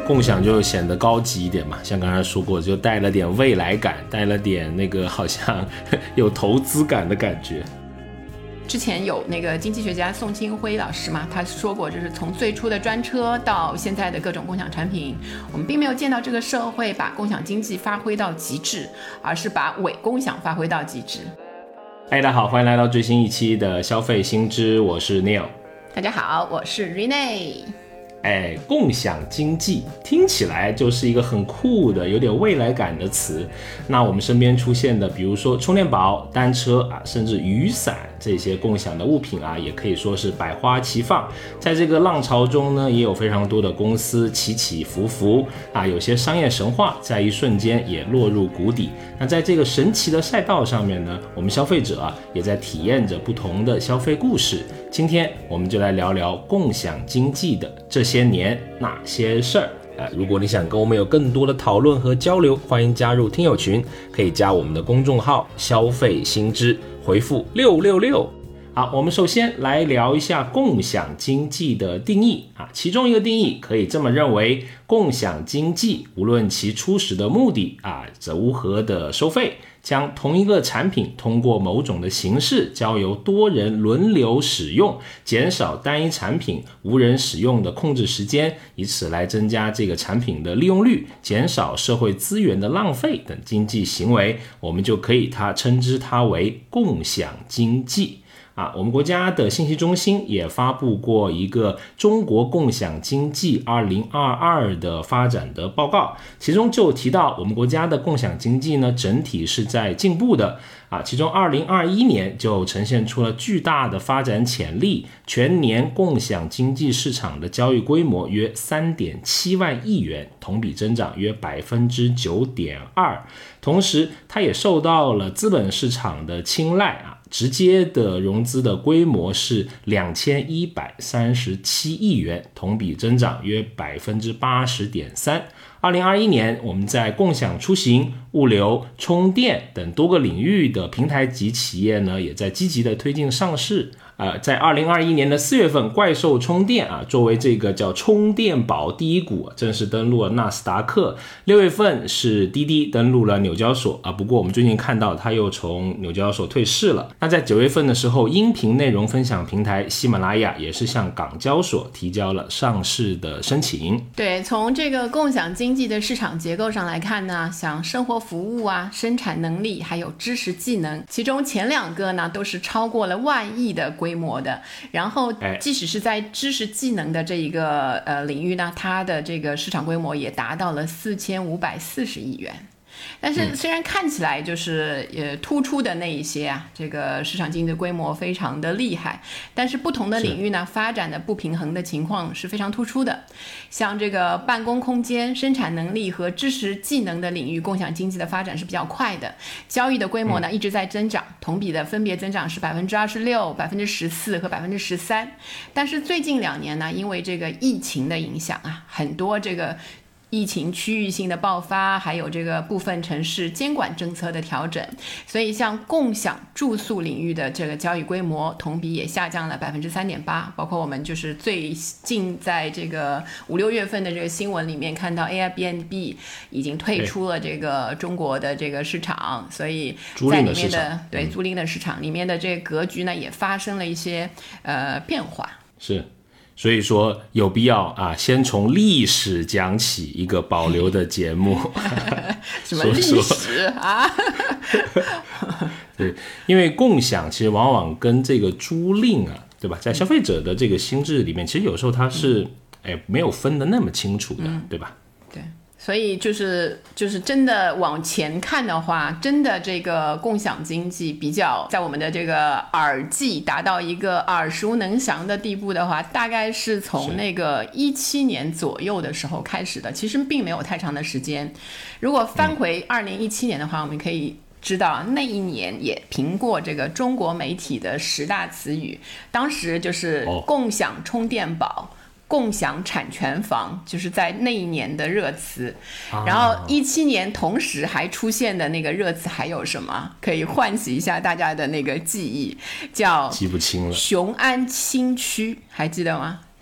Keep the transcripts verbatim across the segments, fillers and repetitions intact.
共享就显得高级一点嘛，像刚才说过，就带了点未来感，带了点那个好像有投资感的感觉。 之前有那个经济学家宋清辉老师嘛，他说过，就是从最初的专车到现在的各种共享产品，我们并没有见到这个社会把共享经济发挥到极致，而是把伪共享发挥到极致。 哎，大家好，欢迎来到最新一期的消费新知，我是 Neil。 大家好，我是 Renee。 哎，共享经济听起来就是一个很酷的、有点未来感的词。那我们身边出现的，比如说充电宝、单车啊，甚至雨伞这些共享的物品啊，也可以说是百花齐放。在这个浪潮中呢，也有非常多的公司起起伏伏啊，有些商业神话在一瞬间也落入谷底。那在这个神奇的赛道上面呢，我们消费者啊，也在体验着不同的消费故事。今天我们就来聊聊共享经济的这些年那些事儿。呃，如果你想跟我们有更多的讨论和交流，欢迎加入听友群，可以加我们的公众号消费新知，回复六六六。好，我们首先来聊一下共享经济的定义啊。其中一个定义可以这么认为，共享经济无论其初始的目的啊，如何的收费，将同一个产品通过某种的形式交由多人轮流使用，减少单一产品无人使用的控制时间，以此来增加这个产品的利用率，减少社会资源的浪费等经济行为，我们就可以它称之它为共享经济。啊，我们国家的信息中心也发布过一个中国共享经济二零二二的发展的报告，其中就提到我们国家的共享经济呢，整体是在进步的啊，其中二零二一年就呈现出了巨大的发展潜力，全年共享经济市场的交易规模约 三点七万亿元，同比增长约 百分之九点二， 同时它也受到了资本市场的青睐啊，直接的融资的规模是两千一百三十七亿元，同比增长约 百分之八十点三。二零二一年，我们在共享出行、物流、充电等多个领域的平台级企业呢，也在积极的推进上市。呃，在二零二一年的四月份，怪兽充电啊，作为这个叫充电宝第一股，正式登陆了纳斯达克。六月份是滴滴登陆了纽交所啊，不过我们最近看到它又从纽交所退市了。那在九月份的时候，音频内容分享平台喜马拉雅也是向港交所提交了上市的申请。 对，从这个共享经济的市场结构上来看呢，像生活服务啊、生产能力还有知识技能，其中前两个呢都是超过了万亿的规模的，然后即使是在知识技能的这一个呃领域呢，它的这个市场规模也达到了四千五百四十亿元。但是虽然看起来就是呃突出的那一些啊，这个市场经济的规模非常的厉害，但是不同的领域呢，发展的不平衡的情况是非常突出的。像这个办公空间、生产能力和知识技能的领域，共享经济的发展是比较快的，交易的规模呢一直在增长，同比的分别增长是百分之二十六、百分之十四和百分之十三。但是最近两年呢，因为这个疫情的影响啊，很多这个疫情区域性的爆发，还有这个部分城市监管政策的调整，所以像共享住宿领域的这个交易规模同比也下降了 百分之三点八。 包括我们就是最近在这个五六月份的这个新闻里面看到 Airbnb 已经退出了这个中国的这个市场，所以在里面的对租赁的市场里面的这个格局呢也发生了一些呃变化。 是，所以说有必要啊，先从历史讲起一个保留的节目。 什么历史啊？ 对，因为共享其实往往跟这个租赁啊，对吧？在消费者的这个心智里面，其实有时候它是、嗯、哎没有分得那么清楚的，嗯、对吧？ 对。所以就是就是真的往前看的话，真的这个共享经济比较在我们的这个耳际达到一个耳熟能详的地步的话，大概是从那个一七年左右的时候开始的，其实并没有太长的时间。如果翻回二零一七年的话、嗯、我们可以知道那一年也评过这个中国媒体的十大词语，当时就是共享充电宝、哦、共享产权房，就是在那一年的热词、啊、然后一七年同时还出现的那个热词还有什么可以唤起一下大家的那个记忆，叫记不清了， 雄安新区，还记得吗？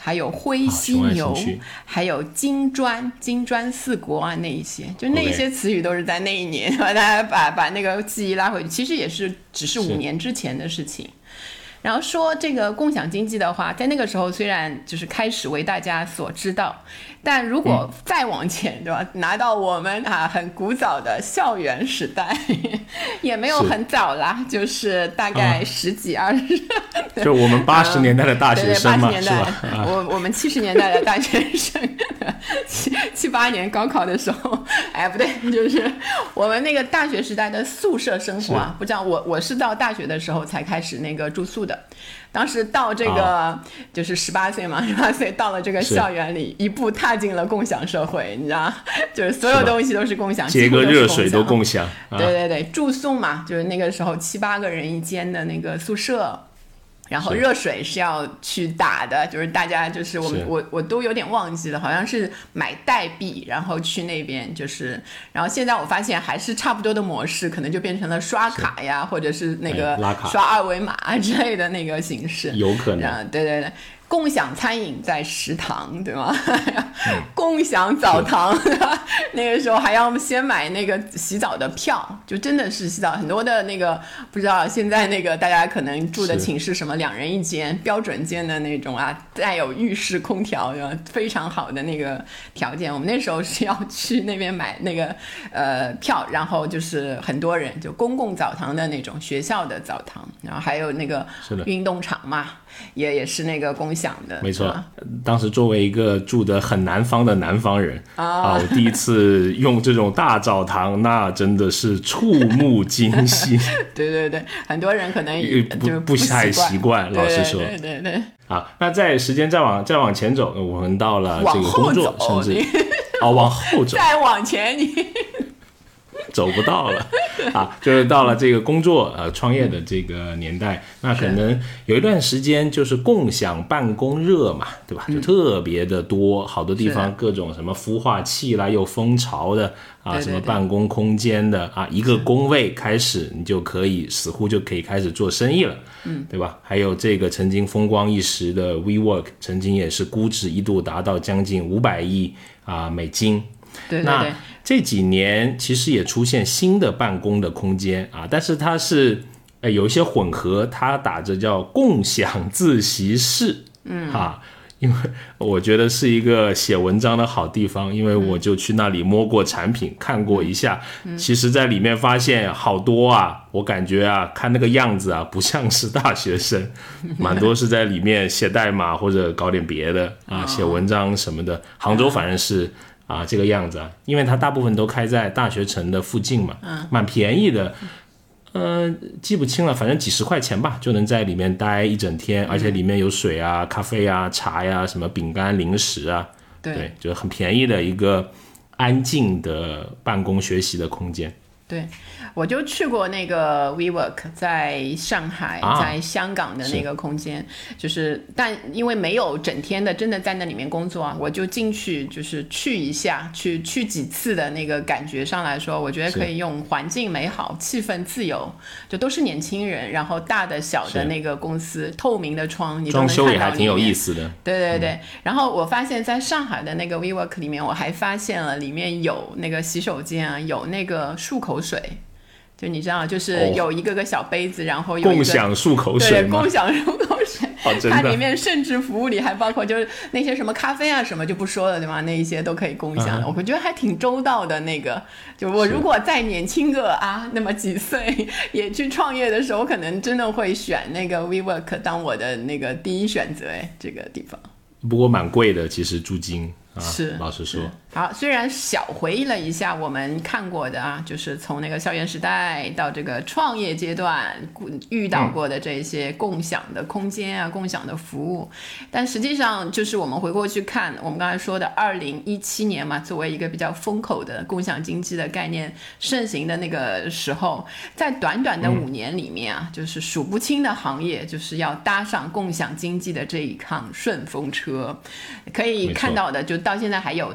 还有灰犀牛，啊、还有金砖、金砖四国啊，那一些，就那一些词语都是在那一年，把大家把把那个记忆拉回去，其实也是只是五年之前的事情。然后说这个共享经济的话，在那个时候虽然就是开始为大家所知道，但如果再往前，嗯、对吧？拿到我们啊很古早的校园时代，也没有很早啦，就是大概十几二十， 啊、就我们八十年代的大学生嘛， 对对，八十年代，啊、我我们七十年代的大学生，七七八年高考的时候，哎不对，就是我们那个大学时代的宿舍生活啊，不知道我我是到大学的时候才开始那个住宿的。当时到这个就是十八岁嘛，十八岁到了这个校园里，一步踏进了共享社会，你知道，就是所有东西都是共享， 接个热水都共享。 对对对，住宿嘛，就是那个时候七八个人一间的那个宿舍。然后热水是要去打的，就是大家就是我们是我我都有点忘记了，好像是买代币，然后去那边就是，然后现在我发现还是差不多的模式，可能就变成了刷卡呀，或者是那个刷二维码之类的那个形式， 有可能， 对对对。共享餐饮在食堂，对吗？嗯、共享澡堂，那个时候还要先买那个洗澡的票，就真的是洗澡很多的那个，不知道现在那个大家可能住的寝室什么两人一间标准间的那种啊，带有浴室空调，非常好的那个条件。我们那时候是要去那边买那个呃票，然后就是很多人就公共澡堂的那种学校的澡堂，然后还有那个运动场嘛，也也是那个共享。 没错，当时作为一个住得很南方的南方人、哦、啊，我第一次用这种大澡堂，那真的是触目惊心。 对对对，很多人可能不不不太习惯，老实说。 对对 对, 对。 啊，那在时间再往再往前走，我们到了这个工作，甚至哦往后走， 再往前你。 走不到了啊，就是到了这个工作呃创业的这个年代，那可能有一段时间就是共享办公热嘛，对吧？就特别的多，好多地方各种什么孵化器啦，又蜂巢的啊，什么办公空间的啊，一个工位开始你就可以似乎就可以开始做生意了，嗯，对吧？还有这个曾经风光一时的 WeWork， 曾经也是估值一度达到将近五百亿啊美金。 对对对， 那这几年其实也出现新的办公的空间啊，但是它是呃有一些混合，它打着叫共享自习室，嗯啊，因为我觉得是一个写文章的好地方，因为我就去那里摸过产品，看过一下，嗯、其实在里面发现好多啊，我感觉啊，看那个样子啊，不像是大学生，蛮多是在里面写代码或者搞点别的啊，写文章什么的。杭州反正是。啊，这个样子啊，因为它大部分都开在大学城的附近嘛，嗯，蛮便宜的，呃，记不清了，反正几十块钱吧，就能在里面待一整天，而且里面有水啊、咖啡啊、茶呀、什么饼干、零食啊，对，对，就很便宜的一个安静的办公学习的空间。 对，我就去过那个 WeWork， 在上海、啊、在香港的那个空间，是就是但因为没有整天的真的在那里面工作啊，我就进去就是去一下，去去几次的那个感觉上来说，我觉得可以用环境美好、气氛自由，就都是年轻人，然后大的小的那个公司，透明的窗，你都能看到里面，装修也还挺有意思的。对对对、嗯，然后我发现在上海的那个 WeWork 里面，我还发现了里面有那个洗手间啊，有那个漱口水，就你知道，就是有一个个小杯子，哦、然后有一个共享漱口水吗？ 对，共享漱口水。哦、它里面甚至服务里还包括就是那些什么咖啡啊什么就不说了，对吗？那一些都可以共享、嗯、我觉得还挺周到的。那个就我如果再年轻个啊那么几岁也去创业的时候，我可能真的会选那个 WeWork 当我的那个第一选择。哎，这个地方不过蛮贵的，其实租金啊， 是老实说。 好，虽然小回忆了一下我们看过的啊，就是从那个校园时代到这个创业阶段遇到过的这些共享的空间啊、嗯、共享的服务，但实际上就是我们回过去看我们刚才说的二零一七年嘛，作为一个比较风口的共享经济的概念盛行的那个时候，在短短的五年里面啊、嗯、就是数不清的行业就是要搭上共享经济的这一趟顺风车。可以看到的就到现在还有的、啊、共享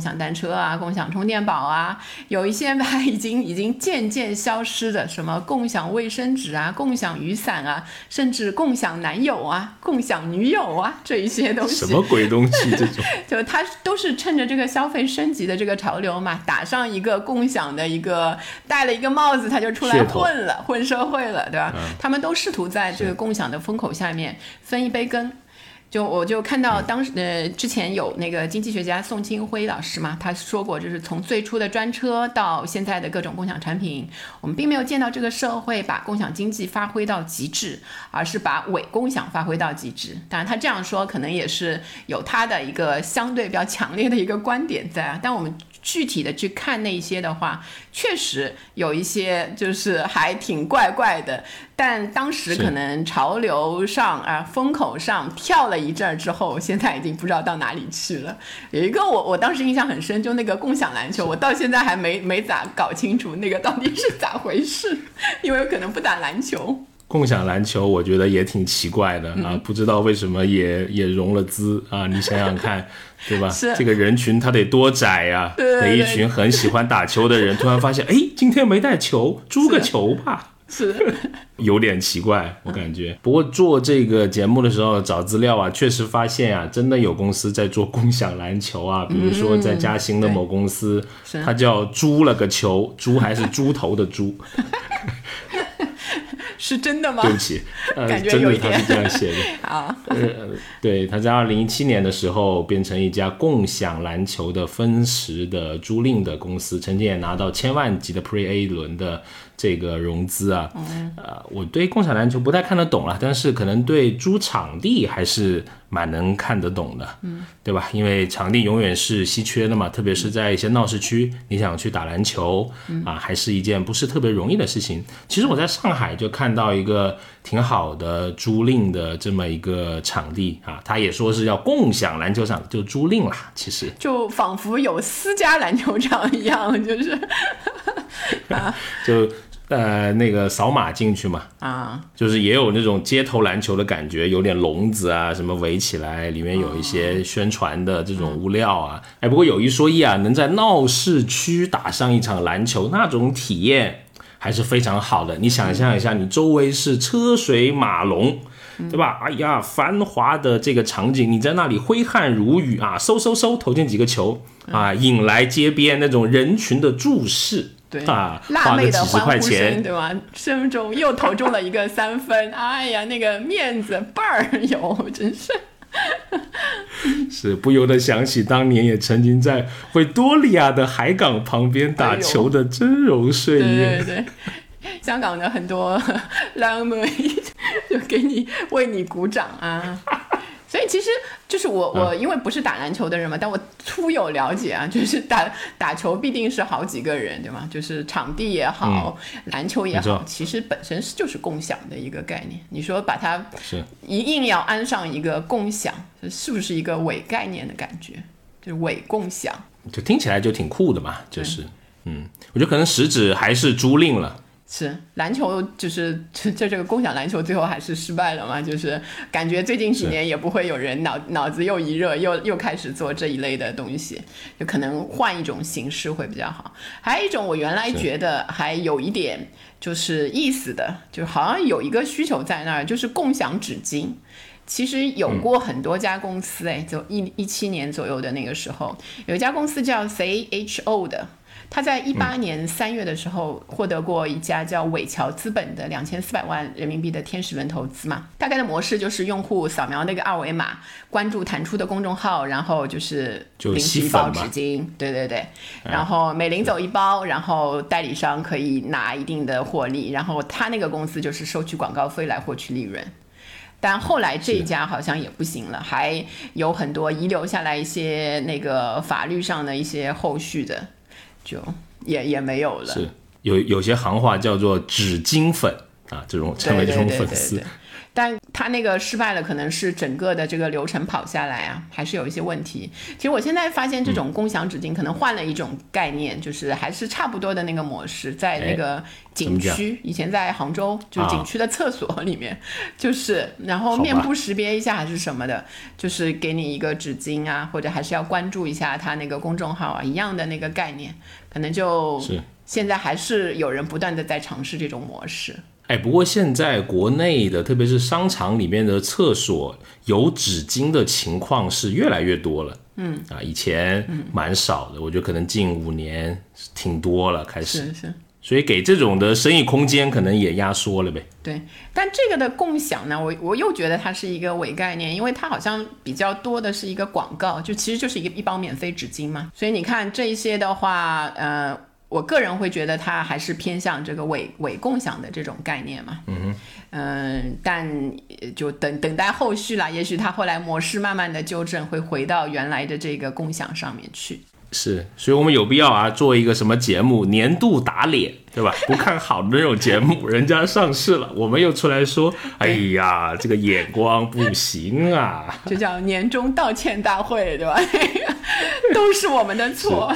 享单车啊、共享充电宝啊，有一些吧已经已经渐渐消失的，什么共享卫生纸啊、共享雨伞啊，甚至共享男友啊、共享女友啊，这一些东西什么鬼东西这种就它都是趁着这个消费升级的这个潮流嘛，打上一个共享的一个戴了一个帽子，他就出来混了，混社会了，对吧？嗯、他们都试图在这个共享的风口下面分一杯羹。就我就看到当时呃之前有那个经济学家宋清辉老师嘛，他说过，就是从最初的专车到现在的各种共享产品，我们并没有见到这个社会把共享经济发挥到极致，而是把伪共享发挥到极致。当然他这样说可能也是有他的一个相对比较强烈的一个观点在啊，但我们具体的去看那些的话，确实有一些就是还挺怪怪的，但当时可能潮流上啊风口上跳了一阵之后，现在已经不知道到哪里去了。有一个我我当时印象很深，就那个共享篮球，我到现在还没没咋搞清楚那个到底是咋回事，因为我可能不打篮球。 共享篮球我觉得也挺奇怪的啊，不知道为什么也也融了资啊，你想想看对吧？这个人群他得多窄呀、啊！得一群很喜欢打球的人突然发现，哎，今天没带球，租个球吧。 是有点奇怪我感觉。不过做这个节目的时候找资料啊，确实发现啊，真的有公司在做共享篮球啊，比如说在嘉兴的某公司、嗯、它叫猪了个球，猪还是猪头的猪是真的吗？ 对不起，呃， 感觉有一点真的他是这样写的啊。 呃，对，他在二零一七年的时候变成一家共享篮球的分时的租赁的公司，曾经也拿到千万级的 Pre A 轮的这个融资啊。嗯、呃，我对共享篮球不太看得懂了，但是可能对租场地还是蛮能看得懂的，嗯，对吧？因为场地永远是稀缺的嘛，特别是在一些闹市区，你想去打篮球、嗯、啊，还是一件不是特别容易的事情。其实我在上海就看到一个挺好的租赁的这么一个场地啊，他也说是要共享篮球场，就租赁啦，其实就仿佛有私家篮球场一样，就是啊，就呃，那个扫码进去嘛，啊，就是也有那种街头篮球的感觉，有点笼子啊，什么围起来，里面有一些宣传的这种物料啊。哎、嗯，不过有一说一啊，能在闹市区打上一场篮球，那种体验还是非常好的。你想象一下，你周围是车水马龙，对吧？哎呀，繁华的这个场景，你在那里挥汗如雨啊，嗖嗖嗖投进几个球啊，引来街边那种人群的注视。 对啊， 辣妹的欢呼声，对吧？声中又投中了一个三分，哎呀，那个面子倍儿有，真是。 是不由得想起当年也曾经在维多利亚的海港旁边打球的峥嵘岁月。 对对对，香港的很多辣妹就给你为你鼓掌啊。所以其实就是我我因为不是打篮球的人嘛，但我粗有了解啊，就是打打球必定是好几个人，对吗？就是场地也好、嗯、篮球也好，其实本身就是共享的一个概念。你说把它一硬要安上一个共享，是不是一个伪概念的感觉？就是伪共享， 就听起来就挺酷的嘛，就是嗯，我觉得可能实质还是租赁了。 是篮球就是这这个共享篮球最后还是失败了嘛，就是感觉最近几年也不会有人脑脑子又一热又又开始做这一类的东西，就可能换一种形式会比较好。还有一种我原来觉得还有一点就是意思的，就好像有一个需求在那儿，就是共享纸巾。其实有过很多家公司，哎，就一一七年左右的那个时候，有一家公司叫 C H O 的。他在一八年三月的时候获得过一家叫伟桥资本的两千四百万人民币的天使轮投资嘛。大概的模式就是用户扫描那个二维码，关注弹出的公众号，然后就是领取一包纸巾，对对对，然后每领走一包，然后代理商可以拿一定的获利，然后他那个公司就是收取广告费来获取利润。但后来这一家好像也不行了，还有很多遗留下来一些那个法律上的一些后续的。就也也没有了， 是有有些行话叫做纸巾粉啊，这种称为这种粉丝。 对对对对对，但他那个失败了，可能是整个的这个流程跑下来啊，还是有一些问题。其实我现在发现，这种共享纸巾可能换了一种概念，就是还是差不多的那个模式，在那个景区，以前在杭州就是景区的厕所里面，啊、就是然后面部识别一下还是什么的，就是给你一个纸巾啊，或者还是要关注一下他那个公众号啊，一样的那个概念，可能就是现在还是有人不断的在尝试这种模式。 哎，不过现在国内的，特别是商场里面的厕所有纸巾的情况是越来越多了。嗯啊，以前蛮少的，嗯、我觉得可能近五年挺多了，开始。 是是。 所以给这种的生意空间可能也压缩了呗。 对，但这个的共享呢，我我又觉得它是一个伪概念，因为它好像比较多的是一个广告，就其实就是一个一包免费纸巾嘛。所以你看这一些的话，呃。我个人会觉得它还是偏向这个伪伪共享的这种概念嘛，嗯哼，嗯、呃，但就等等待后续啦，也许它后来模式慢慢的纠正，会回到原来的这个共享上面去。 是，所以我们有必要啊，做一个什么节目，年度打脸，对吧？不看好的那种节目，人家上市了，我们又出来说，哎呀，这个眼光不行啊， 就叫年终道歉大会，对吧？都是我们的错，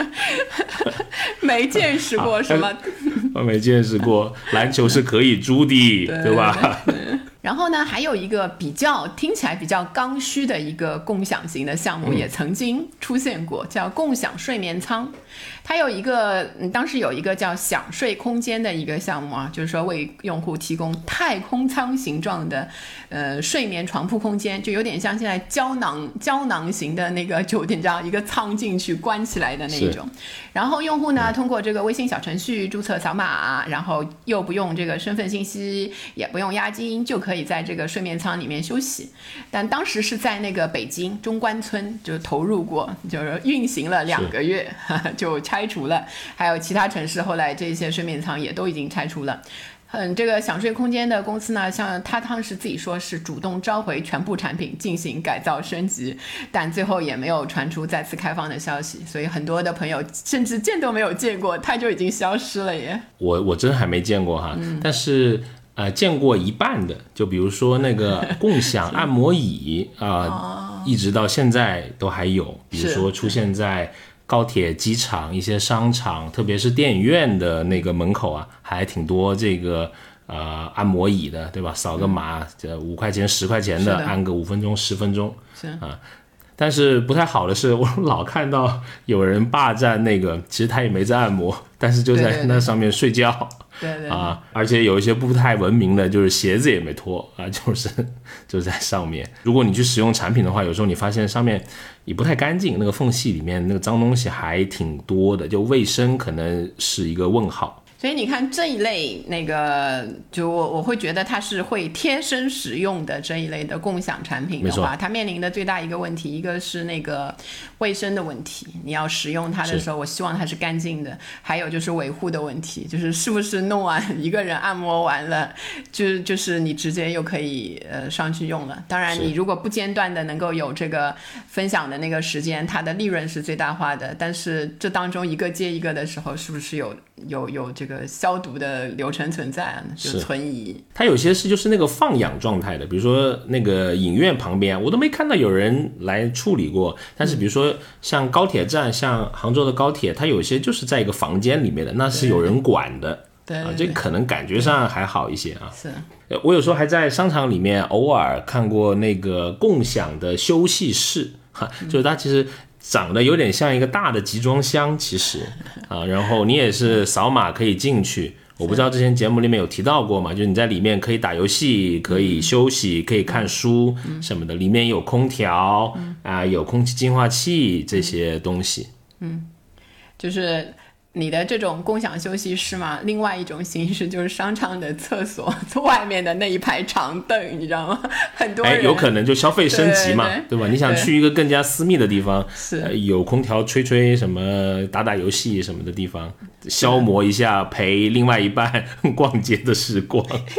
没见识过什么， 我没见识过篮球是可以租的，对, 对吧？ 对对然后呢，还有一个比较听起来比较刚需的一个共享型的项目，也曾经出现过，叫共享睡眠舱。它有一个、嗯、当时有一个叫享睡空间的一个项目啊，就是说为用户提供太空舱形状的呃睡眠床铺空间，就有点像现在胶囊胶囊型的那个酒店这样一个舱进去关起来的那一种。然后用户呢、嗯、通过这个微信小程序注册扫码，然后又不用这个身份信息，也不用押金，就可以在这个睡眠舱里面休息。但当时是在那个北京中关村就投入过，就是运行了两个月就拆除了，还有其他城市后来这些睡眠舱也都已经拆除了。嗯，这个享睡空间的公司呢，像他当时自己说是主动召回全部产品进行改造升级，但最后也没有传出再次开放的消息，所以很多的朋友甚至见都没有见过，它就已经消失了耶。 我我真还没见过哈，嗯、但是呃见过一半的，就比如说那个共享按摩椅啊、呃哦，一直到现在都还有，比如说出现在高铁、机场、一些商场，特别是电影院的那个门口啊，还挺多这个呃按摩椅的，对吧？扫个码，这五块钱、十块钱的，按个五分钟、十分钟， 是啊。 但是不太好的是，我老看到有人霸占那个，其实他也没在按摩，但是就在那上面睡觉。 对 对, 对, 对啊，而且有一些不太文明的，就是鞋子也没脱啊，就是就在上面。如果你去使用产品的话，有时候你发现上面也不太干净，那个缝隙里面那个脏东西还挺多的，就卫生可能是一个问号。 所以你看这一类那个，就我我会觉得它是会贴身使用的这一类的共享产品的话，它面临的最大一个问题，一个是那个卫生的问题，你要使用它的时候，我希望它是干净的；还有就是维护的问题，就是是不是弄完一个人按摩完了，就就是你直接又可以呃上去用了。当然，你如果不间断的能够有这个分享的那个时间，它的利润是最大化的。但是这当中一个接一个的时候，是不是有有有这个消毒的流程存在啊，就存疑。 它有些是就是那个放养状态的，比如说那个影院旁边，我都没看到有人来处理过。但是比如说像高铁站，像杭州的高铁，它有些就是在一个房间里面的，那是有人管的。 对, 对, 对, 对、啊、这可能感觉上还好一些啊。 是， 我有时候还在商场里面偶尔看过那个共享的休息室，哈，就是它其实长得有点像一个大的集装箱，其实啊，然后你也是扫码可以进去。我不知道之前节目里面有提到过嘛，就是你在里面可以打游戏，可以休息，可以看书什么的，里面有空调啊、呃，有空气净化器这些东西。 嗯，就是你的这种共享休息室嘛，另外一种形式就是商场的厕所外面的那一排长凳，你知道吗？很多人、 哎、有可能就消费升级嘛， 对, 对, 对吧？你想去一个更加私密的地方， 是、 呃、有空调吹吹什么，打打游戏什么的地方，消磨一下陪另外一半逛街的时光。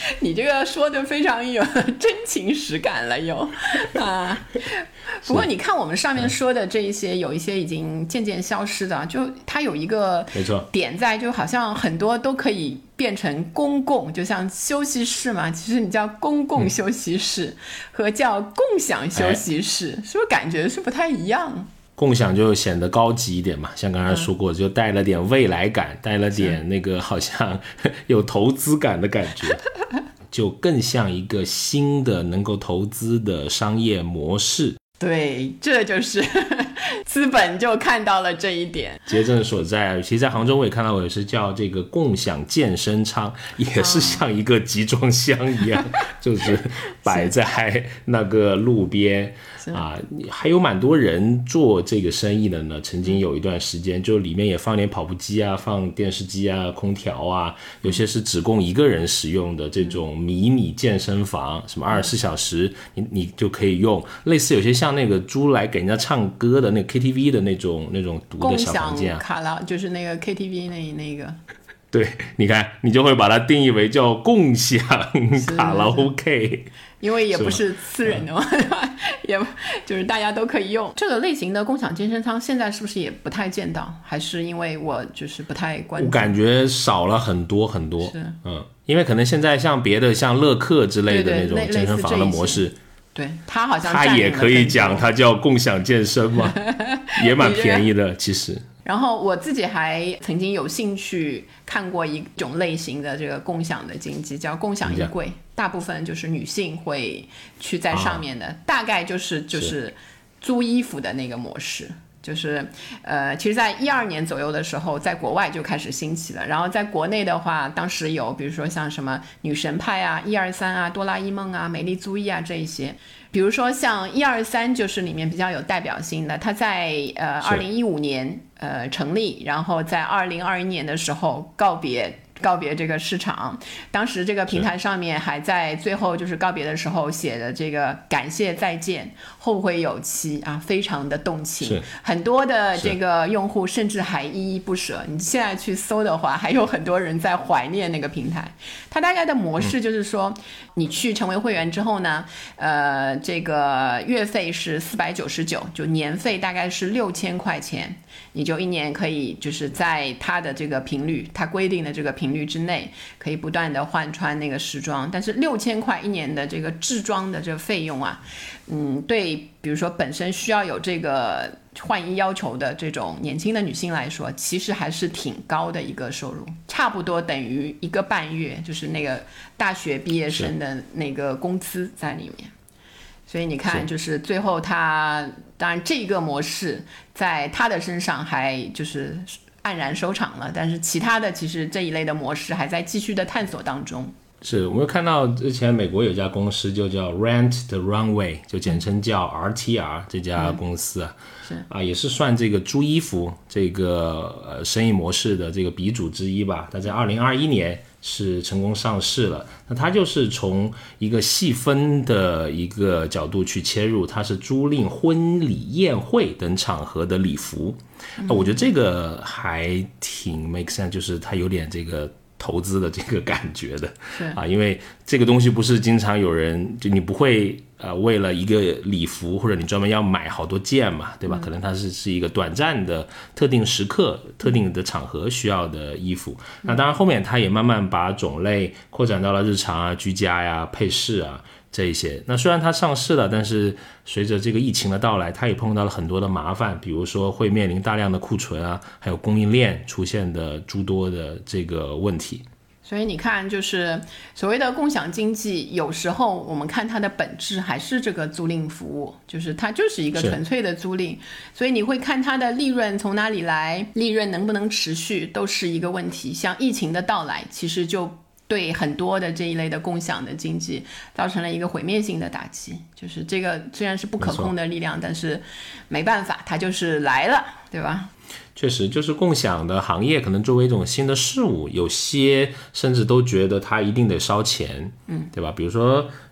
你这个说的非常有真情实感了又啊。不过你看我们上面说的这一些，有一些已经渐渐消失的，就它有一个点在，就好像很多都可以变成公共，就像休息室嘛，其实你叫公共休息室、嗯、和叫共享休息室、哎、是不是感觉是不太一样？ 共享就显得高级一点嘛，像刚才说过、嗯、就带了点未来感，带了点那个好像有投资感的感觉就更像一个新的能够投资的商业模式。 对，这就是资本就看到了这一点， 结症所在。其实在杭州我也看到，我也是叫这个共享健身仓，也是像一个集装箱一样、哦、就是摆在那个路边啊，还有蛮多人做这个生意的呢。曾经有一段时间，就里面也放点跑步机啊，放电视机啊，空调啊，有些是只供一个人使用的这种迷你健身房，什么二十四小时你你就可以用，类似有些像那个租来给人家唱歌的那个 K T V 的那种那种独的小房间、啊、 共享卡拉，就是那个 K T V 那那个。 对，你看你就会把它定义为叫共享卡拉 OK， 因为也不是私人的嘛，也就是大家都可以用。这个类型的共享健身仓现在是不是也不太见到？还是因为我就是不太关注？ 我感觉少了很多很多。是，嗯，因为可能现在像别的像乐客之类的那种健身房的模式， 对，对它好像它也可以讲它叫共享健身嘛，也蛮便宜的其实。 然后我自己还曾经有兴趣看过一种类型的这个共享的经济，叫共享衣柜，大部分就是女性会去在上面的、啊、大概就是就是租衣服的那个模式。就是呃，其实在一二年左右的时候在国外就开始兴起了，然后在国内的话当时有比如说像什么女神派啊、一二三啊、哆啦 A 梦啊、美丽租衣啊这一些。比如说像一二三就是里面比较有代表性的，它在呃二零一五年呃成立，然后在二零二一年的时候告别告别这个市场。当时这个平台上面还在最后就是告别的时候写的这个感谢再见后会有期啊，非常的动情。很多的这个用户甚至还依依不舍，你现在去搜的话还有很多人在怀念那个平台。它大概的模式就是说、嗯、你去成为会员之后呢，呃这个月费是四百九十九，就年费大概是六千块钱，你就一年可以就是在它的这个频率，它规定的这个频率之内可以不断的换穿那个时装。但是六千块一年的这个制装的这个费用啊，嗯，对比如说本身需要有这个换衣要求的这种年轻的女性来说，其实还是挺高的一个收入，差不多等于一个半月就是那个大学毕业生的那个工资在里面。所以你看就是最后他当然这个模式在他的身上还就是黯然收场了，但是其他的其实这一类的模式还在继续的探索当中。 是，我们看到之前美国有家公司就叫 Rent the Runway， 就简称叫 R T R 这家公司啊、嗯、是啊，也是算这个租衣服这个呃生意模式的这个鼻祖之一吧。它在二零二一年是成功上市了。那它就是从一个细分的一个角度去切入，它是租赁婚礼宴会等场合的礼服、嗯、我觉得这个还挺 make sense， 就是它有点这个投资的这个感觉的啊，因为这个东西不是经常有人就你不会呃为了一个礼服或者你专门要买好多件嘛，对吧、嗯、可能它是是一个短暂的特定时刻特定的场合需要的衣服、嗯、那当然后面它也慢慢把种类扩展到了日常啊、居家呀、配饰啊这一些。那虽然它上市了，但是随着这个疫情的到来，它也碰到了很多的麻烦，比如说会面临大量的库存啊，还有供应链出现的诸多的这个问题。 所以你看就是所谓的共享经济，有时候我们看它的本质还是这个租赁服务，就是它就是一个纯粹的租赁，所以你会看它的利润从哪里来，利润能不能持续都是一个问题。像疫情的到来其实就对很多的这一类的共享的经济造成了一个毁灭性的打击，就是这个虽然是不可控的力量，但是没办法，它就是来了，对吧？ 确实，就是共享的行业可能作为一种新的事物，有些甚至都觉得它一定得烧钱，嗯，对吧？比如说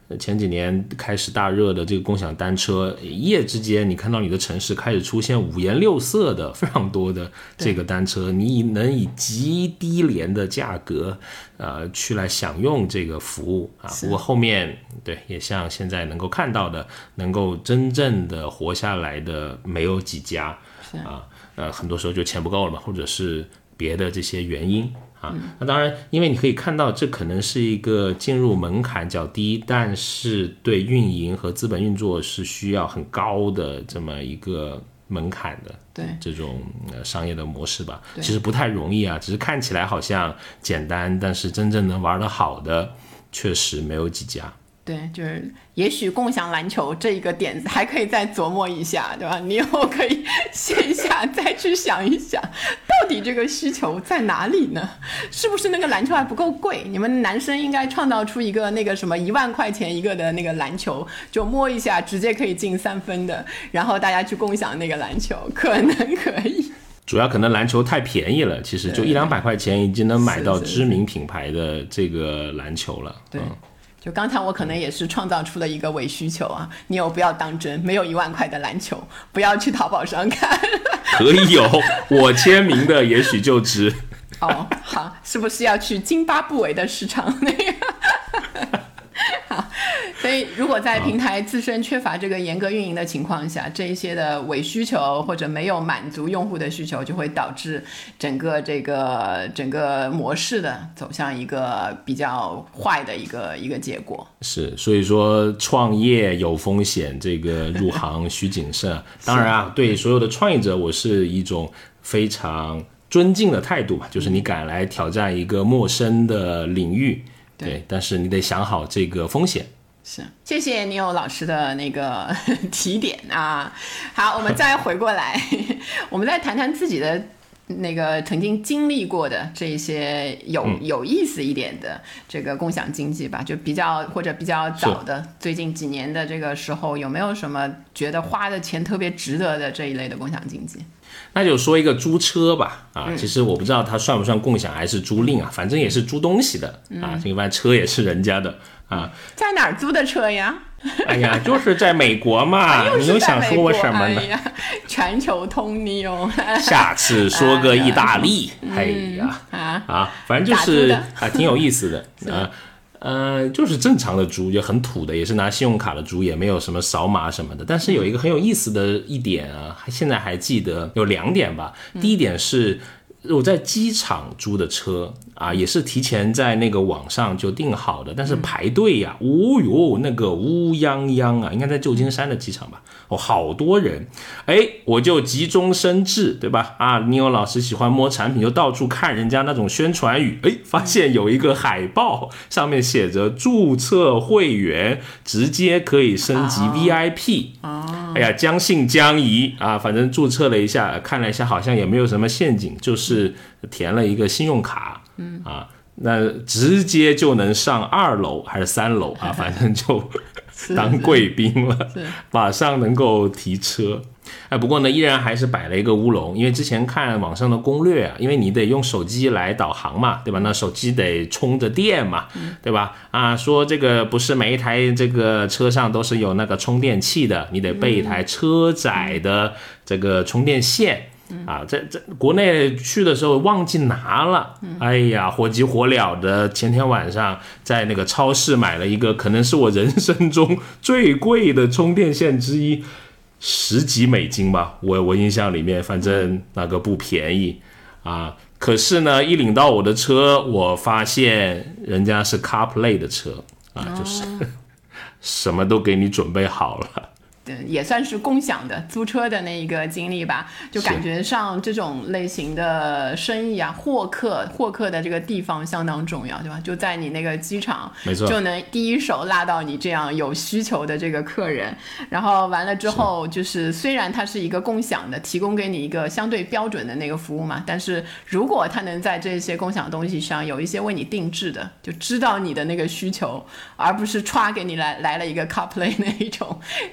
前几年开始大热的这个共享单车，一夜之间你看到你的城市开始出现五颜六色的非常多的这个单车，你能以极低廉的价格呃去来享用这个服务啊。不过后面对也像现在能够看到的，能够真正的活下来的没有几家啊，呃很多时候就钱不够了嘛，或者是别的这些原因啊。那当然因为你可以看到这可能是一个进入门槛较低，但是对运营和资本运作是需要很高的这么一个门槛的， 对这种、呃、商业的模式吧，其实不太容易啊，只是看起来好像简单，但是真正能玩得好的确实没有几家。 对，就是也许共享篮球这一个点子还可以再琢磨一下，对吧？你以后可以线下再去想一想，到底这个需求在哪里呢？是不是那个篮球还不够贵？你们男生应该创造出一个那个什么一万块钱一个的那个篮球，就摸一下直接可以进三分的，然后大家去共享那个篮球，可能可以。 主要可能篮球太便宜了，其实就一两百块钱已经能买到知名品牌的这个篮球了。 对。嗯，就刚才我可能也是创造出了一个伪需求啊，你有不要当真，没有一万块的篮球，不要去淘宝上看。 可以有，我签名的也许就值。 哦，好，是不是要去津巴布韦的市场那个？好，所以如果在平台自身缺乏这个严格运营的情况下，这一些的伪需求或者没有满足用户的需求，就会导致整个这个整个模式的走向一个比较坏的一个一个结果。 是，所以说创业有风险，这个入行需谨慎。当然啊，对所有的创业者，我是一种非常尊敬的态度吧，就是你敢来挑战一个陌生的领域。对, 对，但是你得想好这个风险。 是，谢谢尼欧老师的那个提点啊。好，我们再回过来，我们再谈谈自己的那个曾经经历过的这些有有意思一点的这个共享经济吧，就比较或者比较早的最近几年的这个时候，有没有什么觉得花的钱特别值得的这一类的共享经济？ 那就说一个租车吧，啊，其实我不知道它算不算共享还是租赁啊，反正也是租东西的啊，一般车也是人家的啊。 在哪儿租的车呀？ 哎呀，就是在美国嘛，你又想说我什么呢？ 哎呀，全球通你哦。 下次说个意大利，哎呀， 嗯、啊啊，反正就是啊，挺有意思的啊。呃，就是正常的租，也很土的，也是拿信用卡的租，也没有什么扫码什么的。但是有一个很有意思的一点啊，现在还记得有两点吧。第一点是我在机场租的车啊，也是提前在那个网上就订好的，但是排队呀、啊，哦哟，那个乌泱泱啊，应该在旧金山的机场吧，哦，好多人，哎，我就急中生智，对吧？啊，尼欧老师喜欢摸产品，就到处看人家那种宣传语，哎，发现有一个海报，上面写着注册会员直接可以升级 V I P， 哦，哎呀，将信将疑啊，反正注册了一下，看了一下，好像也没有什么陷阱，就是填了一个信用卡，嗯啊，那直接就能上二楼还是三楼啊，反正就当贵宾了，马上能够提车。哎，不过呢，依然还是摆了一个乌龙，因为之前看网上的攻略啊，因为你得用手机来导航嘛，对吧？那手机得充着电嘛，对吧？啊，说这个不是每一台这个车上都是有那个充电器的，你得备一台车载的这个充电线。啊，在在国内去的时候忘记拿了，哎呀，火急火燎的，前天晚上在那个超市买了一个，可能是我人生中最贵的充电线之一，十几美金吧，我我印象里面，反正那个不便宜啊。可是呢，一领到我的车，我发现人家是 CarPlay 的车啊，就是什么都给你准备好了。 也算是共享的租车的那一个经历吧，就感觉上这种类型的生意啊，获客获客的这个地方相当重要，对吧？就在你那个机场， 没错， 就能第一手拉到你这样有需求的这个客人，然后完了之后，就是虽然它是一个共享的，提供给你一个相对标准的那个服务嘛，但是如果它能在这些共享东西上有一些为你定制的，就知道你的那个需求，而不是歘给你来来了一个 CarPlay 那一种，就是感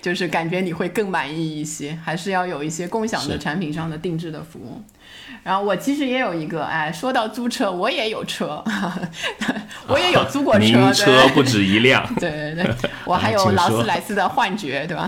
感觉你会更满意一些，还是要有一些共享的产品上的定制的服务。然后我其实也有一个，哎，说到租车，我也有车，我也有租过车，您、 啊、车不止一辆， 对对对，我还有劳斯莱斯的幻觉，对吧？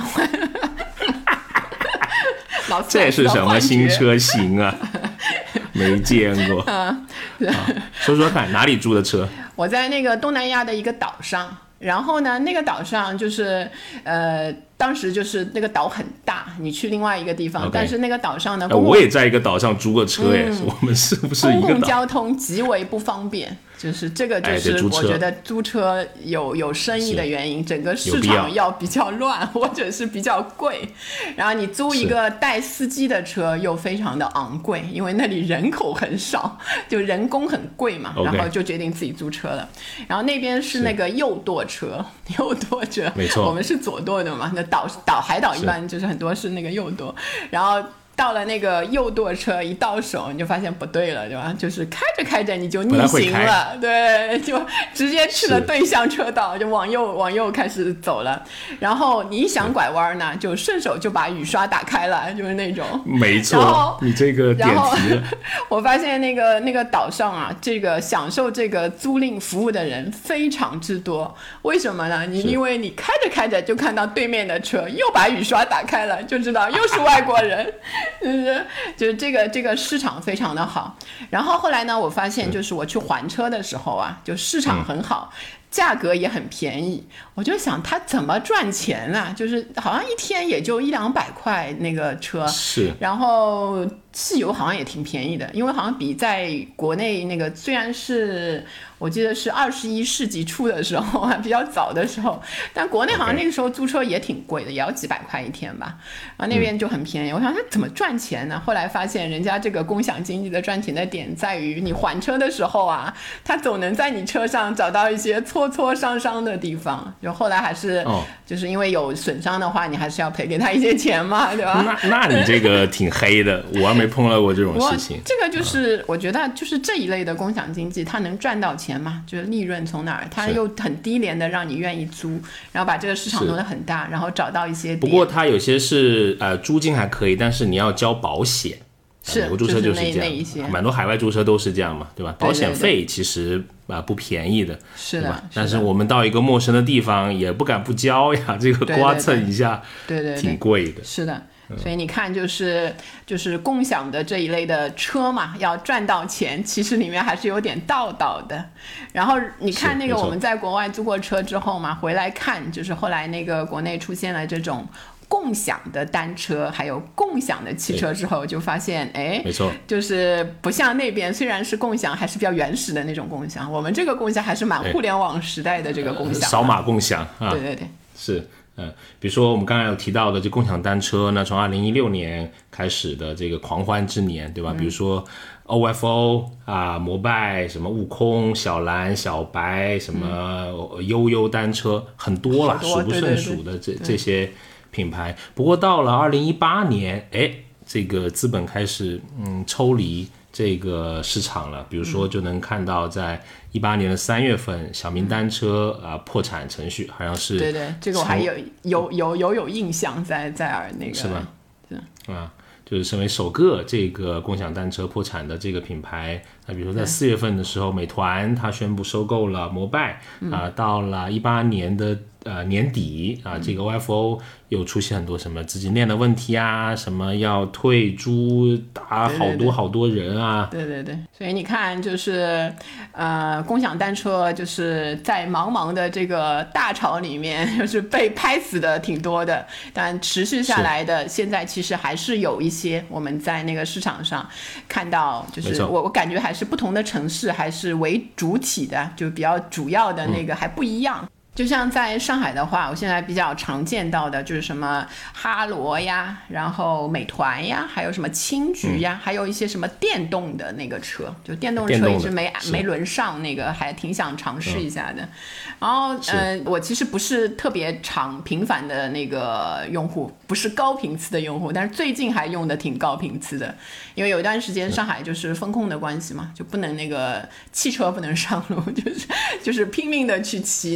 劳斯莱斯的幻觉， 这是什么新车型啊？没见过。啊，说说看，哪里租的车？ 我在那个东南亚的一个岛上，然后呢，那个岛上就是呃。当时就是那个岛很大，你去另外一个地方， okay. 但是那个岛上呢， 我也在一个岛上租过车耶、嗯、我们是不是一个岛？ 公共交通极为不方便，就是这个就是我觉得租车有有生意的原因，整个市场要比较乱或者是比较贵，然后你租一个带司机的车又非常的昂贵，因为那里人口很少，就人工很贵嘛， okay. 然后就决定自己租车了。然后那边是那个右舵车，右舵车， 没错， 我们是左舵的嘛，那岛岛海岛一般就是很多是那个右舵，然后到了那个右舵车一到手你就发现不对了，对吧？就是开着开着你就逆行了，对，就直接去了对向车道，就往右往右开始走了。然后你一想拐弯呢，就顺手就把雨刷打开了，就是那种。 没错，你这个点题了。 我发现那个那个岛上啊，这个享受这个租赁服务的人非常之多。为什么呢？你因为你开着开着就看到对面的车又把雨刷打开了，就知道又是外国人。就是就是这个这个市场非常的好。然后后来呢，我发现就是我去还车的时候啊，就市场很好，嗯，价格也很便宜。我就想他怎么赚钱啊？就是好像一天也就一两百块那个车， 是， 然后汽油好像也挺便宜的，因为好像比在国内那个虽然是我记得是二十一世纪初的时候比较早的时候，但国内好像那个时候租车也挺贵的，也要几百块一天吧，然后那边就很便宜。我想他怎么赚钱呢？后来发现人家这个共享经济的赚钱的点在于你还车的时候啊，他总能在你车上找到一些搓搓伤伤的地方，就后来还是，哦，就是因为有损伤的话你还是要赔给他一些钱嘛，对吧？ 那那你这个挺黑的我还没碰到过这种事情。 这个就是我觉得就是这一类的共享经济它能赚到钱嘛，就是利润从哪儿，它又很低廉的让你愿意租，然后把这个市场弄得很大，然后找到一些点。 不过它有些是呃租金还可以，但是你要交保险。 是， 美国租车就是这样， 就是蛮多海外租车都是这样嘛，对吧？保险费其实啊、呃、不便宜的， 是的， 但是我们到一个陌生的地方也不敢不交呀，这个刮蹭一下， 对对对， 挺贵的。 是的。所以你看就是就是共享的这一类的车嘛，要赚到钱其实里面还是有点道道的。然后你看那个我们在国外租过车之后嘛，回来看就是后来那个国内出现了这种共享的单车还有共享的汽车之后，就发现哎， 没错， 就是不像那边虽然是共享还是比较原始的那种共享，我们这个共享还是蛮互联网时代的这个共享、呃、 扫码共享啊， 对对对， 是。嗯，比如说我们刚才有提到的这共享单车呢，从二零一六年开始的这个狂欢之年，对吧？嗯、比如说 O F O 啊、摩拜、什么悟空、小蓝、小白、什么悠悠单车，很多了，数不胜数的这这些品牌。不过到了二零一八年，哎，这个资本开始嗯抽离这个市场了，比如说就能看到在一八年的三月份，小明单车啊、呃、破产程序，好像是， 对对，这个我还有有有有有印象在在耳那个是吧？是啊，就是成为首个这个共享单车破产的这个品牌。那比如说在四月份的时候，美团它宣布收购了摩拜啊、嗯呃，到了一八年的呃年底啊、呃，这个 O F O 又出现很多什么资金链的问题啊，什么要退租打好多好多人啊， 对对 对, 对, 对，所以你看就是呃共享单车就是在茫茫的这个大潮里面就是被拍死的挺多的，但持续下来的现在其实还是有一些我们在那个市场上看到，就是我我感觉还是不同的城市还是为主体的，就比较主要的那个还不一样。嗯，就像在上海的话，我现在比较常见到的就是什么哈罗呀，然后美团呀，还有什么青桔呀、嗯、还有一些什么电动的那个车，就电动车一直没没轮上，那个还挺想尝试一下的、嗯、然后呃，我其实不是特别常频繁的那个用户，不是高频次的用户，但是最近还用的挺高频次的，因为有一段时间上海就是风控的关系嘛，就不能那个汽车不能上路，就是就是拼命的去骑那个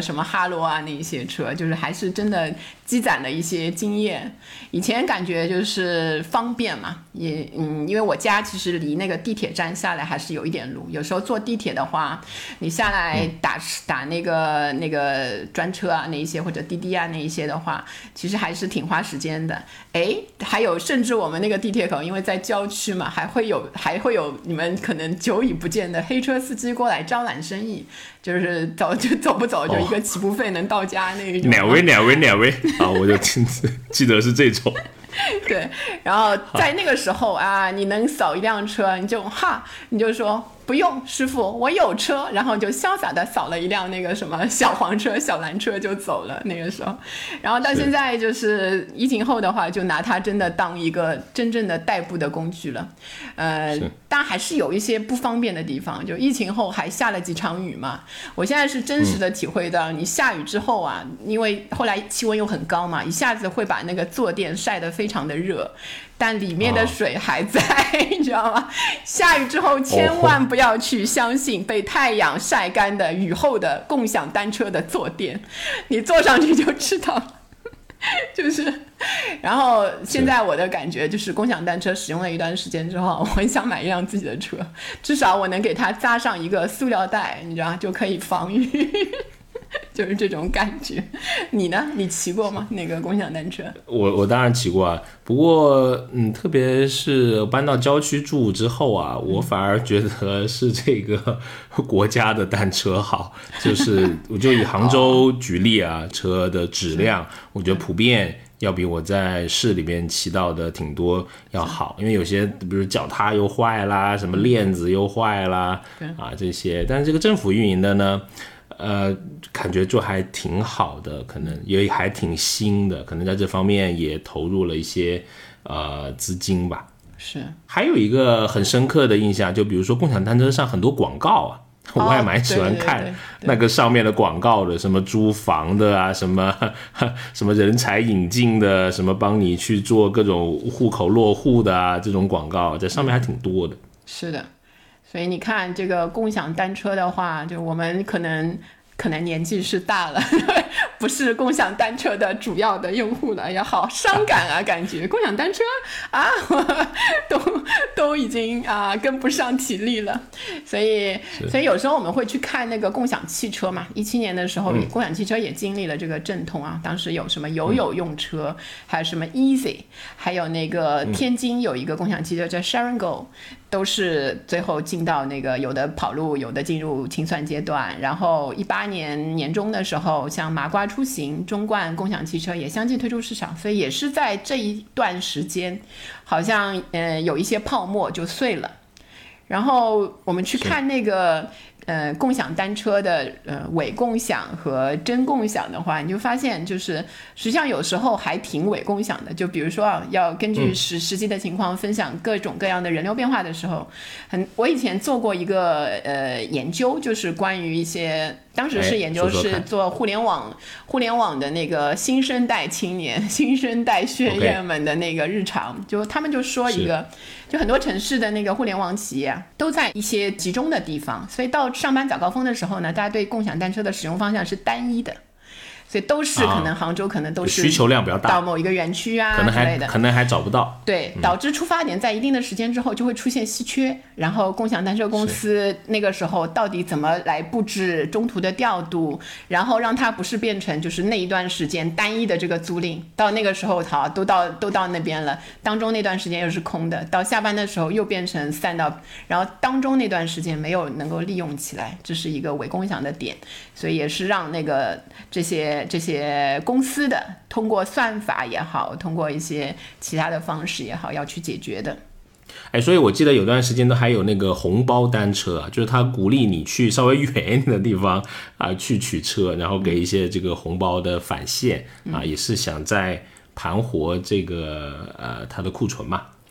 什么哈罗啊那一些车，就是还是真的积攒了一些经验。以前感觉就是方便嘛，也嗯，因为我家其实离那个地铁站下来还是有一点路，有时候坐地铁的话，你下来打、嗯、打那个那个专车啊那一些或者滴滴啊那一些的话，其实还是挺花时间的。哎，还有甚至我们那个地铁口，因为在郊区嘛，还会有还会有你们可能久已不见的黑车司机过来招揽生意，就是走就走不走就一个起步费能到家那一种。 哪位哪位哪位啊？我就记得是这种。 对，然后在那个时候啊，你能扫一辆车，你就哈，你就说不用，师傅，我有车，然后就潇洒的扫了一辆那个什么小黄车、小蓝车就走了。那个时候，然后到现在就是疫情后的话，就拿它真的当一个真正的代步的工具了。呃，当然还是有一些不方便的地方，就疫情后还下了几场雨嘛。我现在是真实的体会到，你下雨之后啊，因为后来气温又很高嘛，一下子会把那个坐垫晒得非常的热。但里面的水还在、哦、你知道吗？下雨之后千万不要去相信被太阳晒干的雨后的共享单车的坐垫，你坐上去就知道了。就是然后现在我的感觉就是共享单车使用了一段时间之后，我很想买一辆自己的车，至少我能给它扎上一个塑料袋，你知道就可以防雨。就是这种感觉。你呢？你骑过吗？那个共享单车？ 我我当然骑过啊，不过嗯，特别是搬到郊区住之后啊，我反而觉得是这个国家的单车好。就是我就以杭州举例啊，车的质量，我觉得普遍要比我在市里面骑到的挺多要好，因为有些比如脚踏又坏啦，什么链子又坏啦，啊这些，但是这个政府运营的呢。呃，感觉就还挺好的，可能也还挺新的，可能在这方面也投入了一些呃资金吧。 是， 还有一个很深刻的印象，就比如说共享单车上很多广告啊，我还蛮喜欢看、哦、对对对对那个上面的广告的，什么租房的啊，什么什么人才引进的，什么帮你去做各种户口落户的啊，这种广告在上面还挺多的。 是的。所以你看这个共享单车的话，就我们可能可能年纪是大了，不是共享单车的主要的用户了，也好伤感啊，感觉共享单车啊都都已经啊跟不上体力了。所以所以有时候我们会去看那个共享汽车嘛，一七年的时候、嗯、共享汽车也经历了这个阵痛啊，当时有什么友友用车、嗯、还有什么 Easy， 还有那个天津有一个共享汽车叫 SharingGo，都是最后进到那个有的跑路，有的进入清算阶段。然后一八年年中的时候，像麻瓜出行、中冠共享汽车也相继推出市场，所以也是在这一段时间，好像呃有一些泡沫就碎了。然后我们去看那个呃共享单车的呃伪共享和真共享的话，你就发现就是实际上有时候还挺伪共享的。就比如说啊，要根据实实际的情况分享各种各样的人流变化的时候，很我以前做过一个呃研究，就是关于一些当时是研究是做互联网、哎、互联网的那个新生代青年、新生代血液们的那个日常， okay. 就他们就说一个，就很多城市的那个互联网企业、啊、都在一些集中的地方，所以到上班早高峰的时候呢，大家对共享单车的使用方向是单一的。所以都是可能杭州可能都是需求量比较大， 到某一个园区啊可能还之类的， 可能还找不到。 对，导致出发点在一定的时间之后就会出现稀缺，然后共享单车公司那个时候到底怎么来布置中途的调度，然后让它不是变成就是那一段时间单一的这个租赁，到那个时候好都到都到那边了，当中那段时间又是空的，到下班的时候又变成散到，然后当中那段时间没有能够利用起来，这是一个伪共享的点，所以也是让那个这些这些公司的通过算法也好，通过一些其他的方式也好，要去解决的。 哎，所以我记得有段时间都还有那个红包单车啊，就是他鼓励你去稍微远一点的地方啊去取车，然后给一些这个红包的返现、嗯、啊，也是想在盘活这个呃它的库存嘛。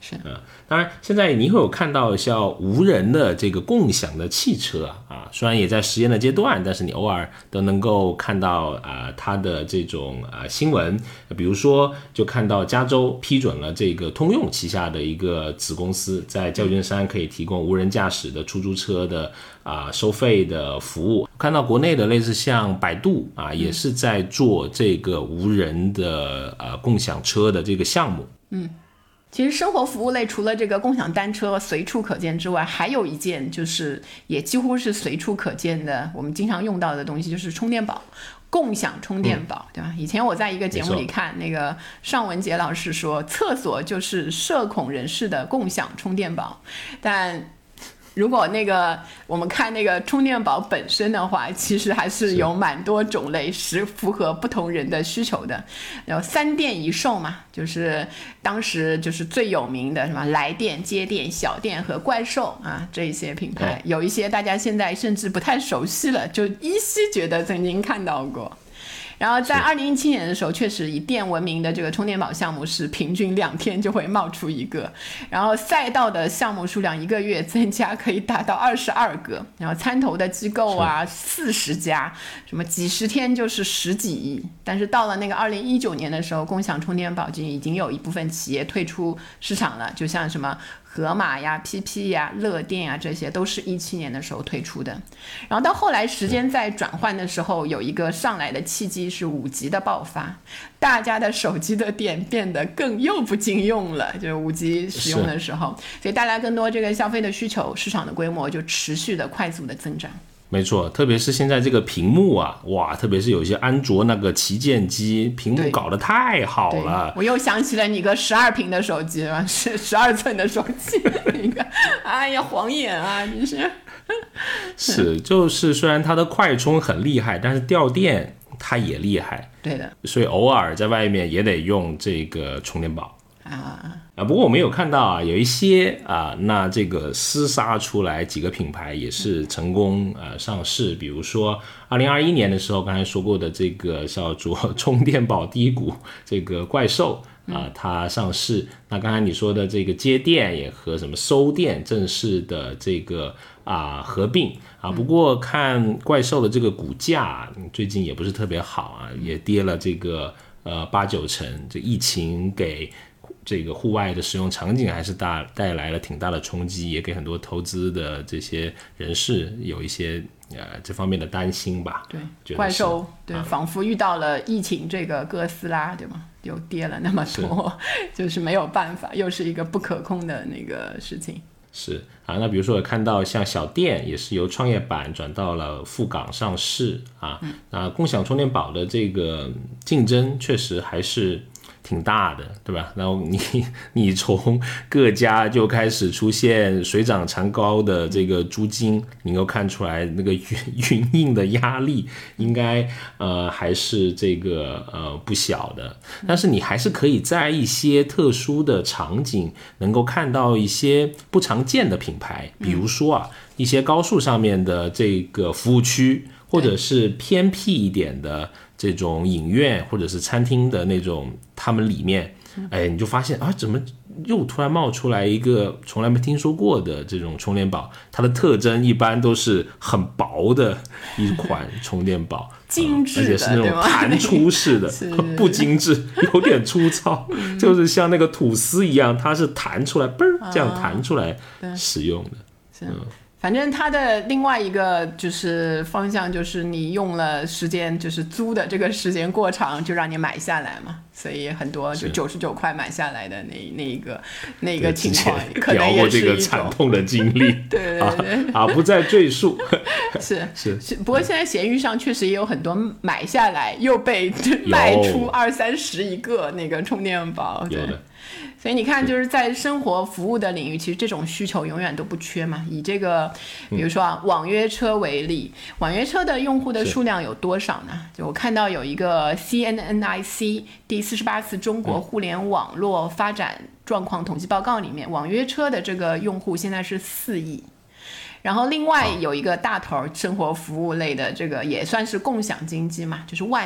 是啊，当然现在你会有看到像无人的这个共享的汽车啊，虽然也在实验的阶段，但是你偶尔都能够看到啊它的这种啊新闻，比如说就看到加州批准了这个通用旗下的一个子公司在旧金山可以提供无人驾驶的出租车的啊收费的服务，看到国内的类似像百度啊也是在做这个无人的呃共享车的这个项目。 嗯。其实生活服务类除了这个共享单车随处可见之外，还有一件就是也几乎是随处可见的，我们经常用到的东西就是充电宝，共享充电宝，嗯、对吧？以前我在一个节目里看，那个尚文杰老师说，厕所就是社恐人士的共享充电宝，但如果那个我们看那个充电宝本身的话，其实还是有蛮多种类，是符合不同人的需求的。然后三电一售嘛，就是当时就是最有名的什么来电、接电、小电和怪兽啊，这一些品牌，有一些大家现在甚至不太熟悉了，就依稀觉得曾经看到过。然后在二零一七年的时候，确实以电闻名的这个充电宝项目是平均两天就会冒出一个，然后赛道的项目数量一个月增加可以达到二十二个，然后参投的机构啊四十家，什么几十天就是十几亿。但是到了那个二零一九年的时候，共享充电宝就已经有一部分企业退出市场了，就像什么盒马呀、P P 呀、乐电呀，这些都是一七年的时候推出的。然后到后来时间在转换的时候，有一个上来的契机是五 G 的爆发，大家的手机的电变得更又不经用了，就是五 G 使用的时候，所以带来更多这个消费的需求，市场的规模就持续的快速的增长。 没错，特别是现在这个屏幕啊，哇，特别是有一些安卓那个旗舰机，屏幕搞得太好了。 我又想起了你个十二屏的手机，是十二寸的手机，那个，哎呀，晃眼啊，你是。 是，就是虽然它的快充很厉害，但是掉电它也厉害。 对的。 所以偶尔在外面也得用这个充电宝。 啊啊，不过我们有看到啊，有一些啊，那这个厮杀出来几个品牌也是成功呃上市，比如说二零二一年的时候，刚才说过的这个叫做充电宝低谷这个怪兽啊，它上市。那刚才你说的这个接电也和什么收电正式的这个啊合并啊，不过看怪兽的这个股价最近也不是特别好啊，也跌了这个呃八九成，这疫情给这个户外的使用场景还是大带来了挺大的冲击，也给很多投资的这些人士有一些呃这方面的担心吧。 对，怪兽对、啊，仿佛遇到了疫情这个哥斯拉，对吗？又跌了那么多，是就是没有办法，又是一个不可控的那个事情。 是啊，那比如说我看到像小电也是由创业板转到了赴港上市啊，嗯、那共享充电宝的这个竞争确实还是挺大的，对吧？然后你你从各家就开始出现水涨船高的这个租金，你又看出来那个营运的压力应该呃还是这个呃不小的。但是你还是可以在一些特殊的场景能够看到一些不常见的品牌，比如说啊一些高速上面的这个服务区，或者是偏僻一点的这种影院或者是餐厅的那种，他们里面，哎，你就发现啊，怎么又突然冒出来一个从来没听说过的这种充电宝？它的特征一般都是很薄的一款充电宝， 精致的、嗯， 而且是那种弹出式的，不精致，有点粗糙，就是像那个吐司一样，它是弹出来，嘣儿这样弹出来使用的。 是嗯反正它的另外一个就是方向，就是你用了时间，就是租的这个时间过长，就让你买下来嘛。所以很多就九十九块买下来的那那一个那一个情况，可能也是一种聊过这个惨痛的经历。 对对对啊, 啊，不再赘述。 是是是，不过现在闲鱼上确实也有很多买下来又被卖出二三十一个那个充电宝。 有的。 所以你看，就是在生活服务的领域，其实这种需求永远都不缺嘛。以这个，比如说啊，网约车为例，网约车的用户的数量有多少呢？就我看到有一个 C N N I C 第四十八次中国互联网络发展状况统计报告里面，网约车的这个用户现在是四亿。然后另外有一个大头生活服务类的，这个也算是共享经济嘛，就是外卖。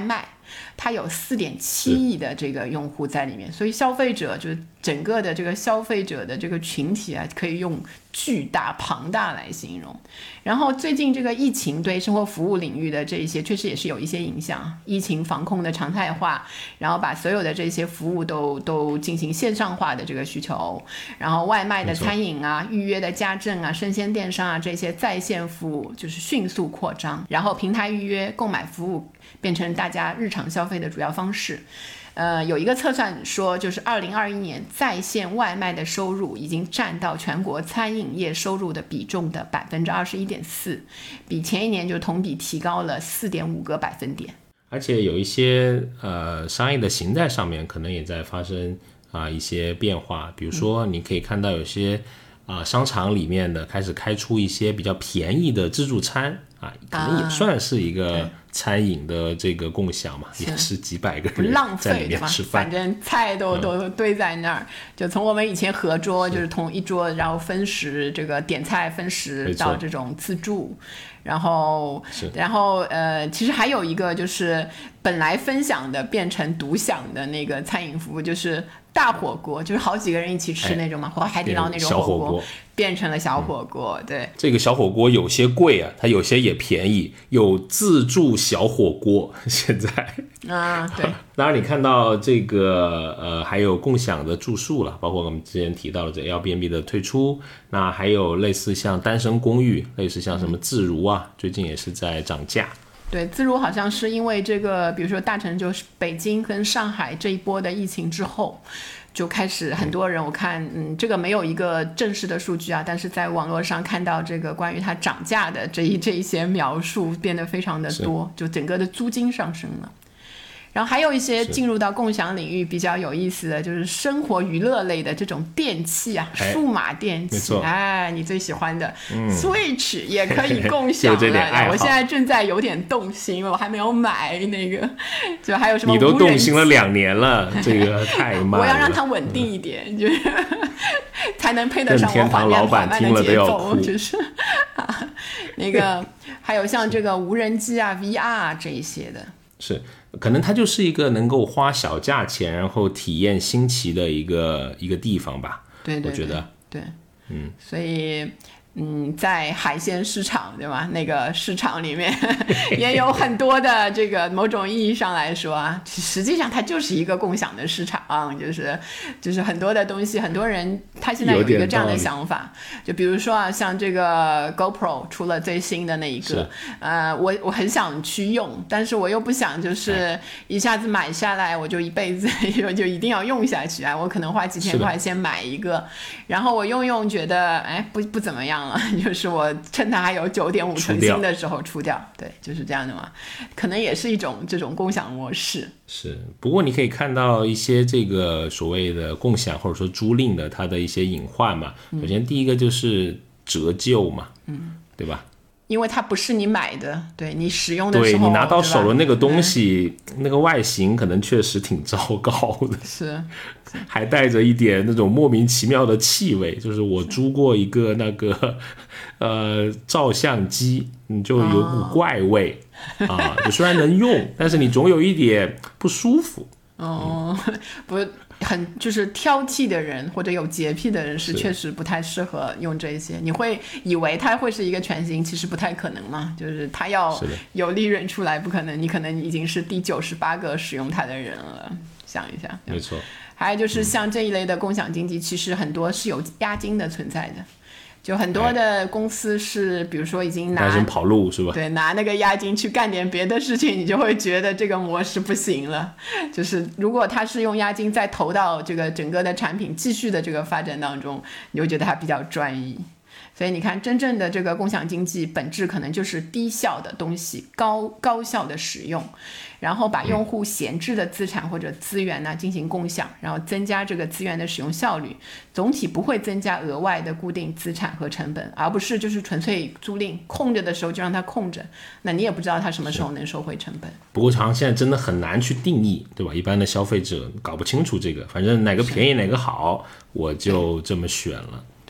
它有四点七亿的这个用户在里面，所以消费者就是整个的这个消费者的这个群体啊，可以用巨大庞大来形容。然后最近这个疫情对生活服务领域的这一些确实也是有一些影响，疫情防控的常态化，然后把所有的这些服务都都进行线上化的这个需求，然后外卖的餐饮啊、预约的家政啊、生鲜电商啊这些在线服务就是迅速扩张，然后平台预约购买服务变成大家日常消费的主要方式。呃，有一个测算说，就是二零二一年在线外卖的收入已经占到全国餐饮业收入的比重的百分之二十一点四，比前一年就同比提高了四点五个百分点。 而且有一些呃商业的形态上面可能也在发生啊、呃、一些变化，比如说你可以看到有些啊、呃、商场里面的开始开出一些比较便宜的自助餐啊，可能也算是一个餐饮的这个共享嘛，也是几百个人在里面吃饭， 反正菜都、嗯、都堆在那儿。就从我们以前合桌，就是同一桌，然后分食这个点菜分食到这种自助。然后，然后呃，其实还有一个就是本来分享的变成独享的那个餐饮服务，就是大火锅，就是好几个人一起吃那种嘛，或、哎、海底捞那种火锅，变成了小火锅。嗯、对， 这个小火锅有些贵啊，它有些也便宜，有自助小火锅现在啊，对。 当然，你看到这个呃，还有共享的住宿了，包括我们之前提到的这 Airbnb 的推出，那还有类似像单身公寓，类似像什么自如啊，嗯、最近也是在涨价。 对，自如好像是因为这个，比如说大城就是北京跟上海这一波的疫情之后，就开始很多人，我看，嗯，这个没有一个正式的数据啊，但是在网络上看到这个关于它涨价的这一这一些描述变得非常的多，就整个的租金上升了。然后还有一些进入到共享领域比较有意思的，就是生活娱乐类的这种电器啊，哎、数码电器，哎，你最喜欢的、嗯、Switch 也可以共享了。 这点爱好我现在正在有点动心，我还没有买那个，就还有什么？ 你都动心了两年了，这个太慢了。 我要让它稳定一点，嗯、就是才能配得上我缓慢缓慢的节奏，就是啊，那个还有像这个无人机啊、V R 这一些的。 是，可能它就是一个能够花小价钱，然后体验新奇的一个一个地方吧。 对对对， 我觉得， 对， 嗯， 所以。嗯，在海鲜市场对吧？那个市场里面也有很多的这个某种意义上来说啊，实际上它就是一个共享的市场，就是就是很多的东西，很多人他现在有一个这样的想法，就比如说啊，像这个 GoPro 出了最新的那一个，呃，我我很想去用，但是我又不想就是一下子买下来，我就一辈子就就一定要用下去啊，我可能花几千块钱买一个，然后我用用觉得哎不不怎么样。就是我趁它还有九点五成新的时候出掉，对，就是这样的嘛，可能也是一种这种共享模式。 是，不过你可以看到一些这个所谓的共享或者说租赁的它的一些隐患嘛。首先第一个就是折旧嘛，嗯，对吧？ 因为它不是你买的，对你使用的时候， 对你拿到手的那个东西，那个外形可能确实挺糟糕的， 是， 还带着一点那种莫名其妙的气味。就是我租过一个那个呃照相机，你就有股怪味、哦、啊，就虽然能用，但是你总有一点不舒服。 哦，嗯、不是。很就是挑剔的人或者有洁癖的人是确实不太适合用这些，你会以为它会是一个全新，其实不太可能嘛，就是它要有利润出来不可能，你可能已经是第九十八个使用它的人了，想一下。 没错。 还有就是像这一类的共享经济，其实很多是有押金的存在的。就很多的公司是，比如说已经拿单身跑路是吧？ 对，拿那个押金去干点别的事情，你就会觉得这个模式不行了。就是如果他是用押金再投到这个整个的产品继续的这个发展当中，你就觉得它比较专一。所以你看，真正的这个共享经济本质可能就是低效的东西高高效的使用，然后把用户闲置的资产或者资源呢进行共享，然后增加这个资源的使用效率，总体不会增加额外的固定资产和成本，而不是就是纯粹租赁，空着的时候就让它空着，那你也不知道它什么时候能收回成本。 不过好像现在真的很难去定义，对吧？一般的消费者搞不清楚这个，反正哪个便宜哪个好，我就这么选了。 对。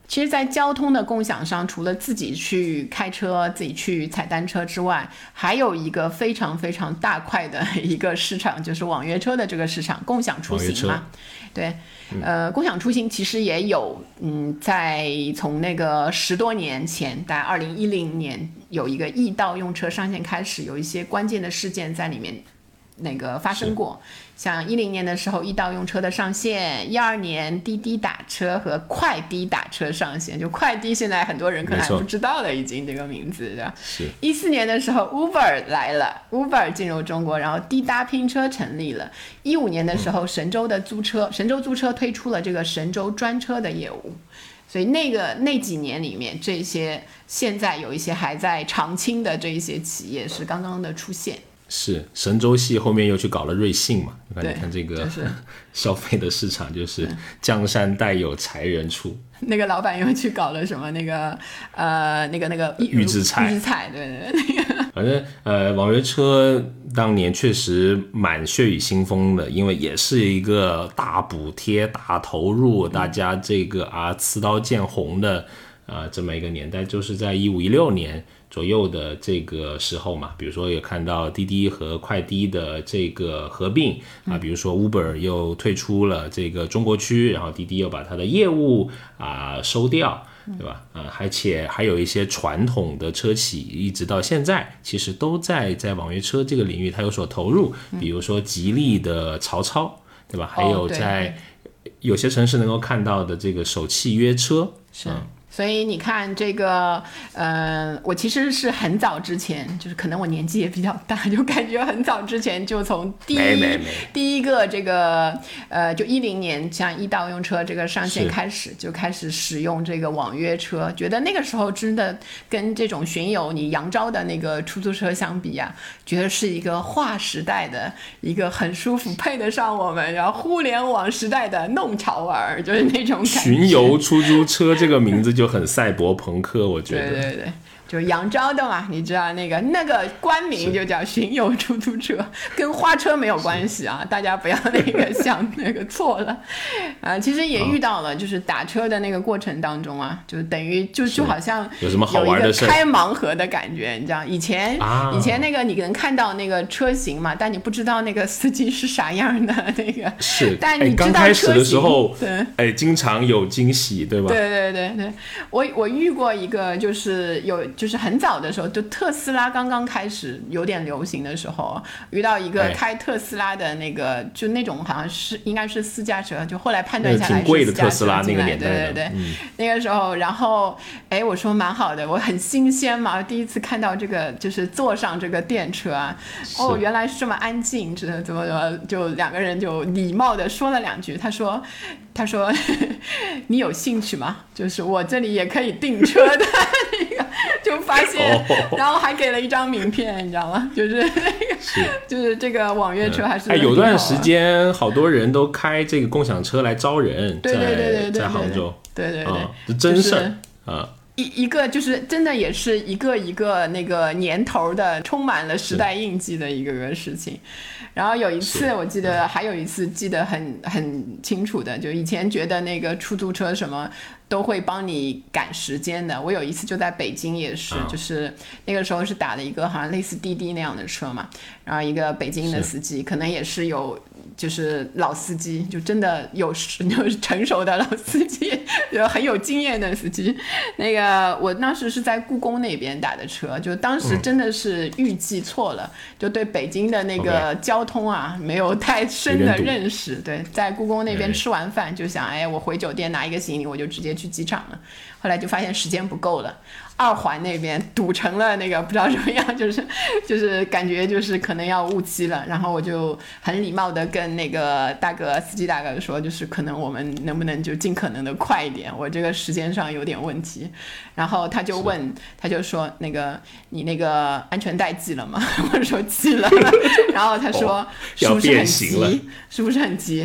其实在交通的共享上，除了自己去开车自己去踩单车之外，还有一个非常非常大块的一个市场，就是网约车的这个市场，共享出行嘛。对，呃，共享出行其实也有，嗯，在从那个十多年前，在二零一零年有一个易到用车上线开始，有一些关键的事件在里面那个发生过。像一零年的时候，易到用车的上线；一二年滴滴打车和快滴打车上线。就快滴现在很多人可能还不知道了，已经这个名字对吧？ 是。 一四年的时候 ，Uber 来了 ，Uber 进入中国，然后滴答拼车成立了。一五年的时候，神州的租车，嗯、神州租车推出了这个神州专车的业务。所以那个那几年里面，这些现在有一些还在长青的这一些企业是刚刚的出现。 是神州系后面又去搞了瑞幸嘛？你看这个、 就是、 消费的市场就是江山代有才人出。 那个老板又去搞了什么？那个呃，那个那个预制菜， 预制菜，对对对，那个。 反正呃，网约车当年确实蛮血雨腥风的，因为也是一个大补贴、大投入，大家这个啊刺刀见红的啊、呃、这么一个年代，就是在一五一六年。左右的这个时候嘛，比如说有看到滴滴和快滴的这个合并啊，比如说 Uber 又退出了这个中国区，然后滴滴又把它的业务啊收掉，对吧？啊，而且还有一些传统的车企一直到现在其实都在在网约车这个领域它有所投入，比如说吉利的曹操，对吧？还有在有些城市能够看到的这个首汽约车， 是。嗯，所以你看这个，呃，我其实是很早之前，就是可能我年纪也比较大，就感觉很早之前就从第一没没没第一个这个，呃，就一零年像易到用车这个上线开始，就开始使用这个网约车，觉得那个时候真的跟这种巡游你扬招的那个出租车相比啊，觉得是一个划时代的一个很舒服，配得上我们然后互联网时代的弄潮儿，就是那种感觉。 巡游出租车这个名字就很赛博朋克，我觉得。 对对对，就是扬招的嘛，你知道那个那个官名就叫巡游出租车，跟花车没有关系啊，大家不要那个想那个错了啊。其实也遇到了，就是打车的那个过程当中啊，就等于就就好像有什么好玩的事， 有一个开盲盒的感觉，你知道，以前、啊、以前那个你能看到那个车型嘛，但你不知道那个司机是啥样的那个， 是， 但你知道刚开始的时候， 对， 哎，经常有惊喜，对吧？ 对对对对，我我遇过一个，就是有。就是很早的时候，就特斯拉刚刚开始有点流行的时候，遇到一个开特斯拉的那个，哎、就那种好像是应该是私家车，就后来判断下来是私家车， 挺贵的特斯拉那个年代的， 对对对， 嗯、 那个时候，然后哎，我说蛮好的，我很新鲜嘛，第一次看到这个，就是坐上这个电车啊，哦，原来是这么安静，怎么怎么怎么，就两个人就礼貌的说了两句，他说。他说你有兴趣吗？就是我这里也可以订车的那个，就发现、oh. 然后还给了一张名片，你知道吗？就是那个是就是这个网约车还是、 嗯哎、有段时间好多人都开这个共享车来招人， 对对对对对， 在杭州， 对对对， 嗯、是真事儿、就是啊。一一个就是真的也是一个一个那个年头的充满了时代印记的一个个事情，然后有一次我记得还有一次记得很很清楚的，就以前觉得那个出租车什么都会帮你赶时间的，我有一次就在北京也是、哦、就是那个时候是打了一个好像类似滴滴那样的车嘛，然后一个北京的司机可能也是有就是老司机，就真的有就是成熟的老司机，就很有经验的司机。那个我当时是在故宫那边打的车，就当时真的是预计错了，嗯、就对北京的那个交通啊、okay. 没有太深的认识。对，在故宫那边吃完饭就想，哎，我回酒店拿一个行李，我就直接去机场了。后来就发现时间不够了。二环那边堵成了那个不知道什么样，就是就是感觉就是可能要误期了，然后我就很礼貌的跟那个大哥司机大哥说，就是可能我们能不能就尽可能的快一点，我这个时间上有点问题。然后他就问，他就说那个你那个安全带系了吗？我说系了。然后他说、哦、是不是很急？是不是很急？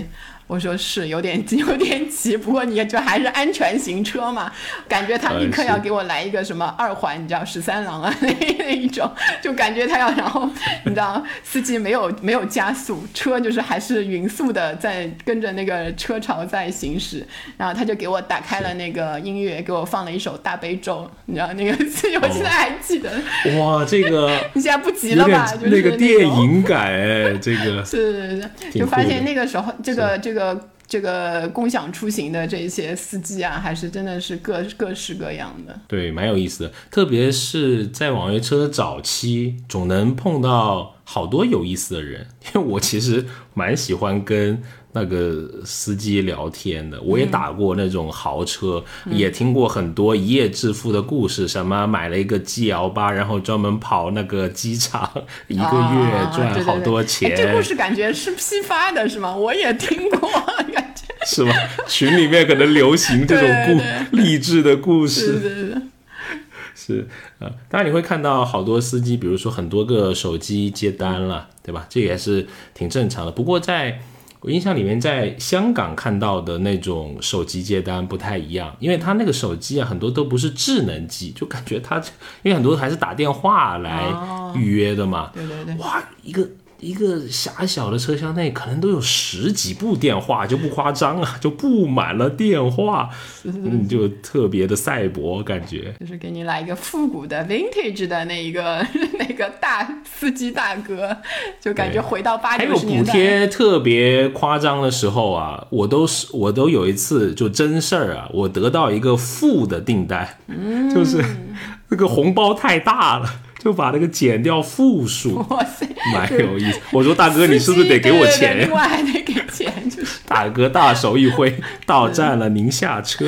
我说是有点有点急，不过你就还是安全行车嘛。感觉他立刻要给我来一个什么二环，你知道十三郎啊那那一种，就感觉他要，然后你知道司机没有没有加速，车就是还是匀速的在跟着那个车潮在行驶，然后他就给我打开了那个音乐，给我放了一首大悲咒，你知道那个我现在还记得。 哦、哇，这个你现在不急了吧？就是那个电影感哎，这个是是是，就发现那个时候这个这个这个共享出行的这些司机啊，还是真的是各各式各样的。 对，蛮有意思的，特别是在网约车的早期，总能碰到好多有意思的人。因为我其实蛮喜欢跟那个司机聊天的，我也打过那种豪车、嗯、也听过很多一夜致富的故事，什么买了一个 G L 八，然后专门跑那个机场，一个月赚好多钱、 啊、对对对，这故事感觉是批发的是吗？我也听过感觉是吗？群里面可能流行这种故对对对励志的故事。 是是是是呃，当然你会看到好多司机，比如说很多个手机接单了，对吧？这也是挺正常的。不过在我印象里面，在香港看到的那种手机接单不太一样，因为他那个手机啊，很多都不是智能机，就感觉他因为很多还是打电话来预约的嘛。哦、 对对对， 哇，一个一个狭小的车厢内可能都有十几部电话，就不夸张啊，就布满了电话， 是是是嗯，就特别的赛博感觉， 就是给你来一个复古的 vintage 的那一个那个大司机大哥，就感觉回到八九十年代。 还有补贴特别夸张的时候啊，我都是我都有一次就真事儿啊，我得到一个负的订单，嗯，就是那个红包太大了。就把那个减掉负数， 哇塞， 蛮有意思。我说大哥，你是不是得给我钱呀？ 另外还得给钱，就是大哥大手一挥，到站了，您下车。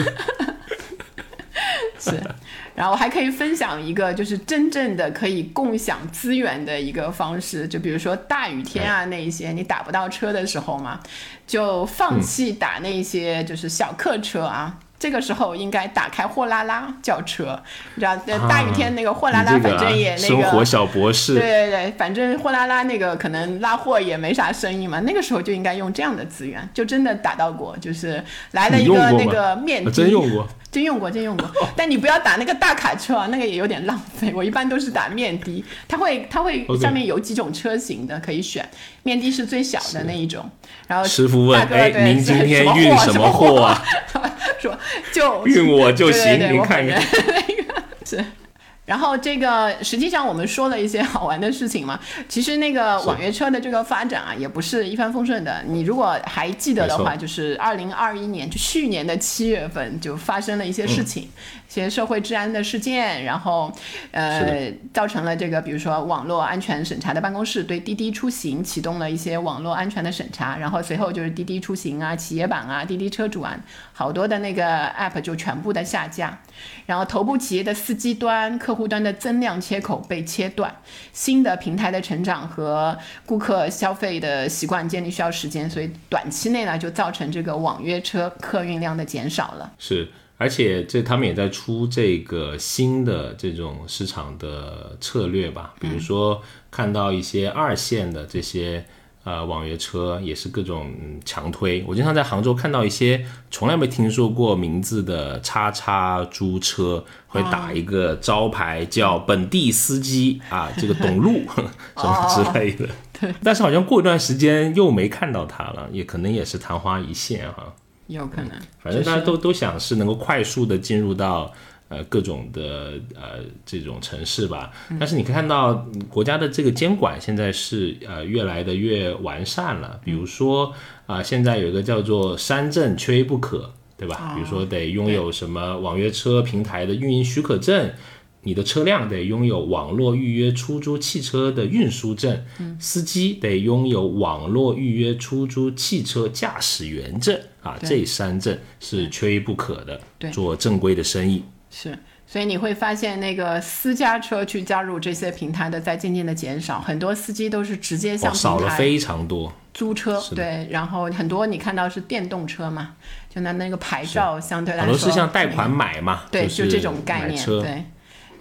是，然后我还可以分享一个，就是真正的可以共享资源的一个方式，就比如说大雨天啊，那一些你打不到车的时候嘛，就放弃打那些就是小客车啊。嗯，这个时候应该打开货拉拉叫车，你知道大雨天那个货拉拉反正也那个、 啊、生活小博士， 对对对，反正货拉拉那个可能拉货也没啥生意嘛，那个时候就应该用这样的资源，就真的打到过，就是来了一个那个面的、 啊、真用过真用过真用过但你不要打那个大卡车啊，那个也有点浪费，我一般都是打面的，它会它会上面有几种车型的可以选，面的是最小的那一种，然后师傅问哎，您今天运什么货啊？ 说就运我就行， 对对对， 您看看那个是。然后这个实际上我们说了一些好玩的事情嘛，其实那个网约车的这个发展啊，也不是一帆风顺的。你如果还记得的话，就是二零二一年，就去年的七月份就发生了一些事情，嗯、一些社会治安的事件，然后呃造成了这个，比如说网络安全审查的办公室对滴滴出行启动了一些网络安全的审查，然后随后就是滴滴出行啊、企业版啊、滴滴车主啊，好多的那个 app 就全部的下架，然后头部企业的司机端、客户端的增量切口被切断，新的平台的成长和顾客消费的习惯建立需要时间，所以短期内呢就造成这个网约车客运量的减少了。 是，而且这他们也在出这个新的这种市场的策略吧，比如说看到一些二线的这些呃，网约车也是各种、嗯、强推。我经常在杭州看到一些从来没听说过名字的叉叉租车，会打一个招牌叫本地司机啊，这个董路什么之类的。 对， 但是好像过一段时间又没看到它了，也可能也是昙花一现哈。 有可能，嗯、 反正大家都、就是、都想是能够快速的进入到。呃，各种的呃这种城市吧，但是你看到国家的这个监管现在是呃越来的越完善了，比如说啊、呃，现在有一个叫做三证缺一不可，对吧？比如说得拥有什么网约车平台的运营许可证，你的车辆得拥有网络预约出租汽车的运输证，嗯、司机得拥有网络预约出租汽车驾驶员证啊，这三证是缺一不可的，做正规的生意。 是，所以你会发现那个私家车去加入这些平台的在渐渐的减少，很多司机都是直接向平台、 哦、少了非常多租车，对，然后很多你看到是电动车嘛，就拿那个牌照相对来说很多是像贷款买嘛， 对， 就是、 就这种概念，对。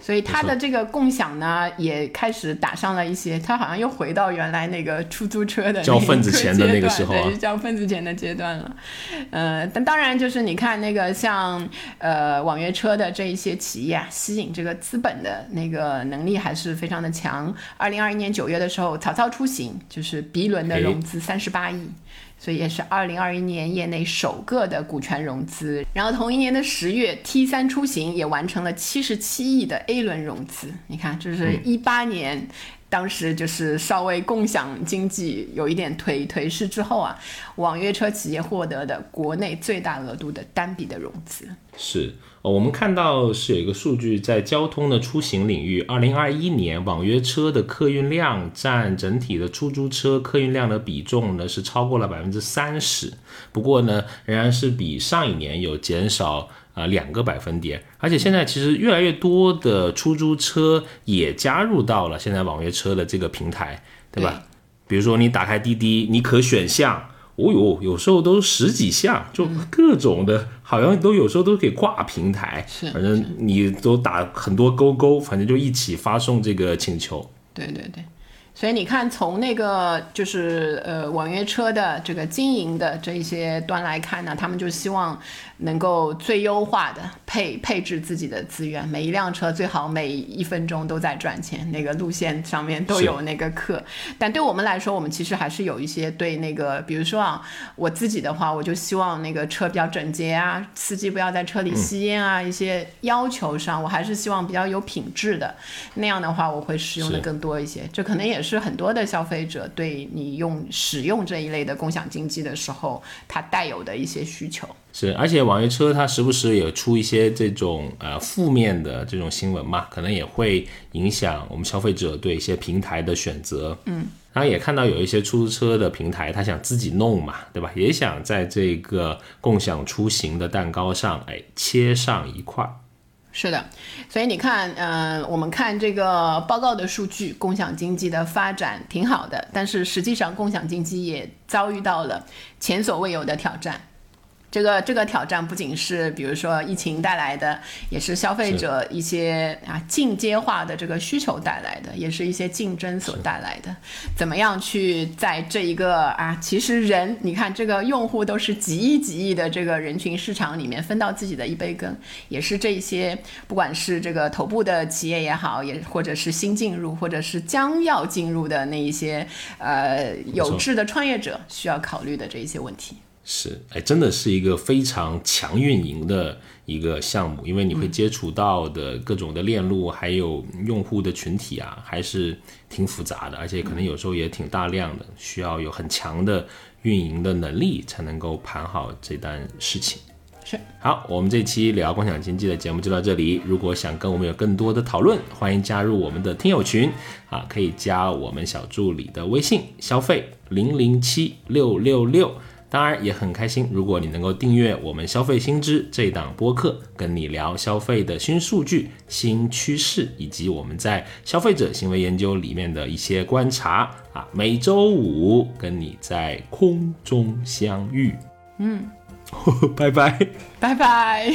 所以它的这个共享呢，也开始打上了一些，它好像又回到原来那个出租车的交份子钱的那个时候、啊， 对，交份子钱的阶段了。呃，但当然就是你看那个像呃网约车的这一些企业啊，吸引这个资本的那个能力还是非常的强。二零二一年九月的时候，曹操出行就是 B 轮的融资三十八亿。所以也是二零二一年业内首个的股权融资，然后同一年的十月 T 三出行也完成了七十七亿的 A 轮融资。你看，这是一八年、嗯、当时就是稍微共享经济有一点颓颓势之后啊，网约车企业获得的国内最大额度的单笔的融资。 是、哦、我们看到是有一个数据，在交通的出行领域，二零二一年网约车的客运量占整体的出租车客运量的比重呢是超过了百分之三十，不过呢仍然是比上一年有减少呃两个百分点，而且现在其实越来越多的出租车也加入到了现在网约车的这个平台，对吧？对，比如说你打开滴滴，你可选项。哦哟，有时候都十几项，就各种的、嗯、好像都有时候都可以挂平台， 是， 反正你都打很多勾勾，反正就一起发送这个请求。 对对对，所以你看从那个就是呃网约车的这个经营的这一些端来看呢，他们就希望能够最优化的配配置自己的资源，每一辆车最好每一分钟都在赚钱，那个路线上面都有那个客。但对我们来说，我们其实还是有一些对那个，比如说啊，我自己的话，我就希望那个车比较整洁啊，司机不要在车里吸烟啊、嗯、一些要求上，我还是希望比较有品质的，那样的话我会使用的更多一些。这可能也是很多的消费者对你用使用这一类的共享经济的时候，它带有的一些需求。 是，而且网约车它时不时也出一些这种呃负面的这种新闻嘛，可能也会影响我们消费者对一些平台的选择。 嗯， 然后也看到有一些出租车的平台，他想自己弄嘛，对吧？也想在这个共享出行的蛋糕上，哎，切上一块。 是的，所以你看，呃，我们看这个报告的数据，共享经济的发展挺好的，但是实际上共享经济也遭遇到了前所未有的挑战。这个这个挑战不仅是比如说疫情带来的，也是消费者一些啊进阶化的这个需求带来的，也是一些竞争所带来的。怎么样去在这一个啊，其实人你看这个用户都是几亿几亿的这个人群市场里面分到自己的一杯羹，也是这些不管是这个头部的企业也好，也或者是新进入或者是将要进入的那一些呃有志的创业者需要考虑的这一些问题。 是，哎，真的是一个非常强运营的一个项目，因为你会接触到的各种的链路，还有用户的群体啊，还是挺复杂的，而且可能有时候也挺大量的，需要有很强的运营的能力才能够盘好这单事情。 是， 好，我们这期聊共享经济的节目就到这里。如果想跟我们有更多的讨论，欢迎加入我们的听友群啊，可以加我们小助理的微信，消费零零七六六六。当然也很开心，如果你能够订阅我们消费新知这档播客，跟你聊消费的新数据、新趋势，以及我们在消费者行为研究里面的一些观察啊。每周五跟你在空中相遇。 嗯， 拜拜， 拜拜，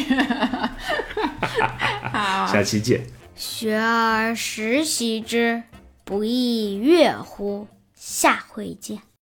下期见。 学而时习之，不亦说乎？下回见。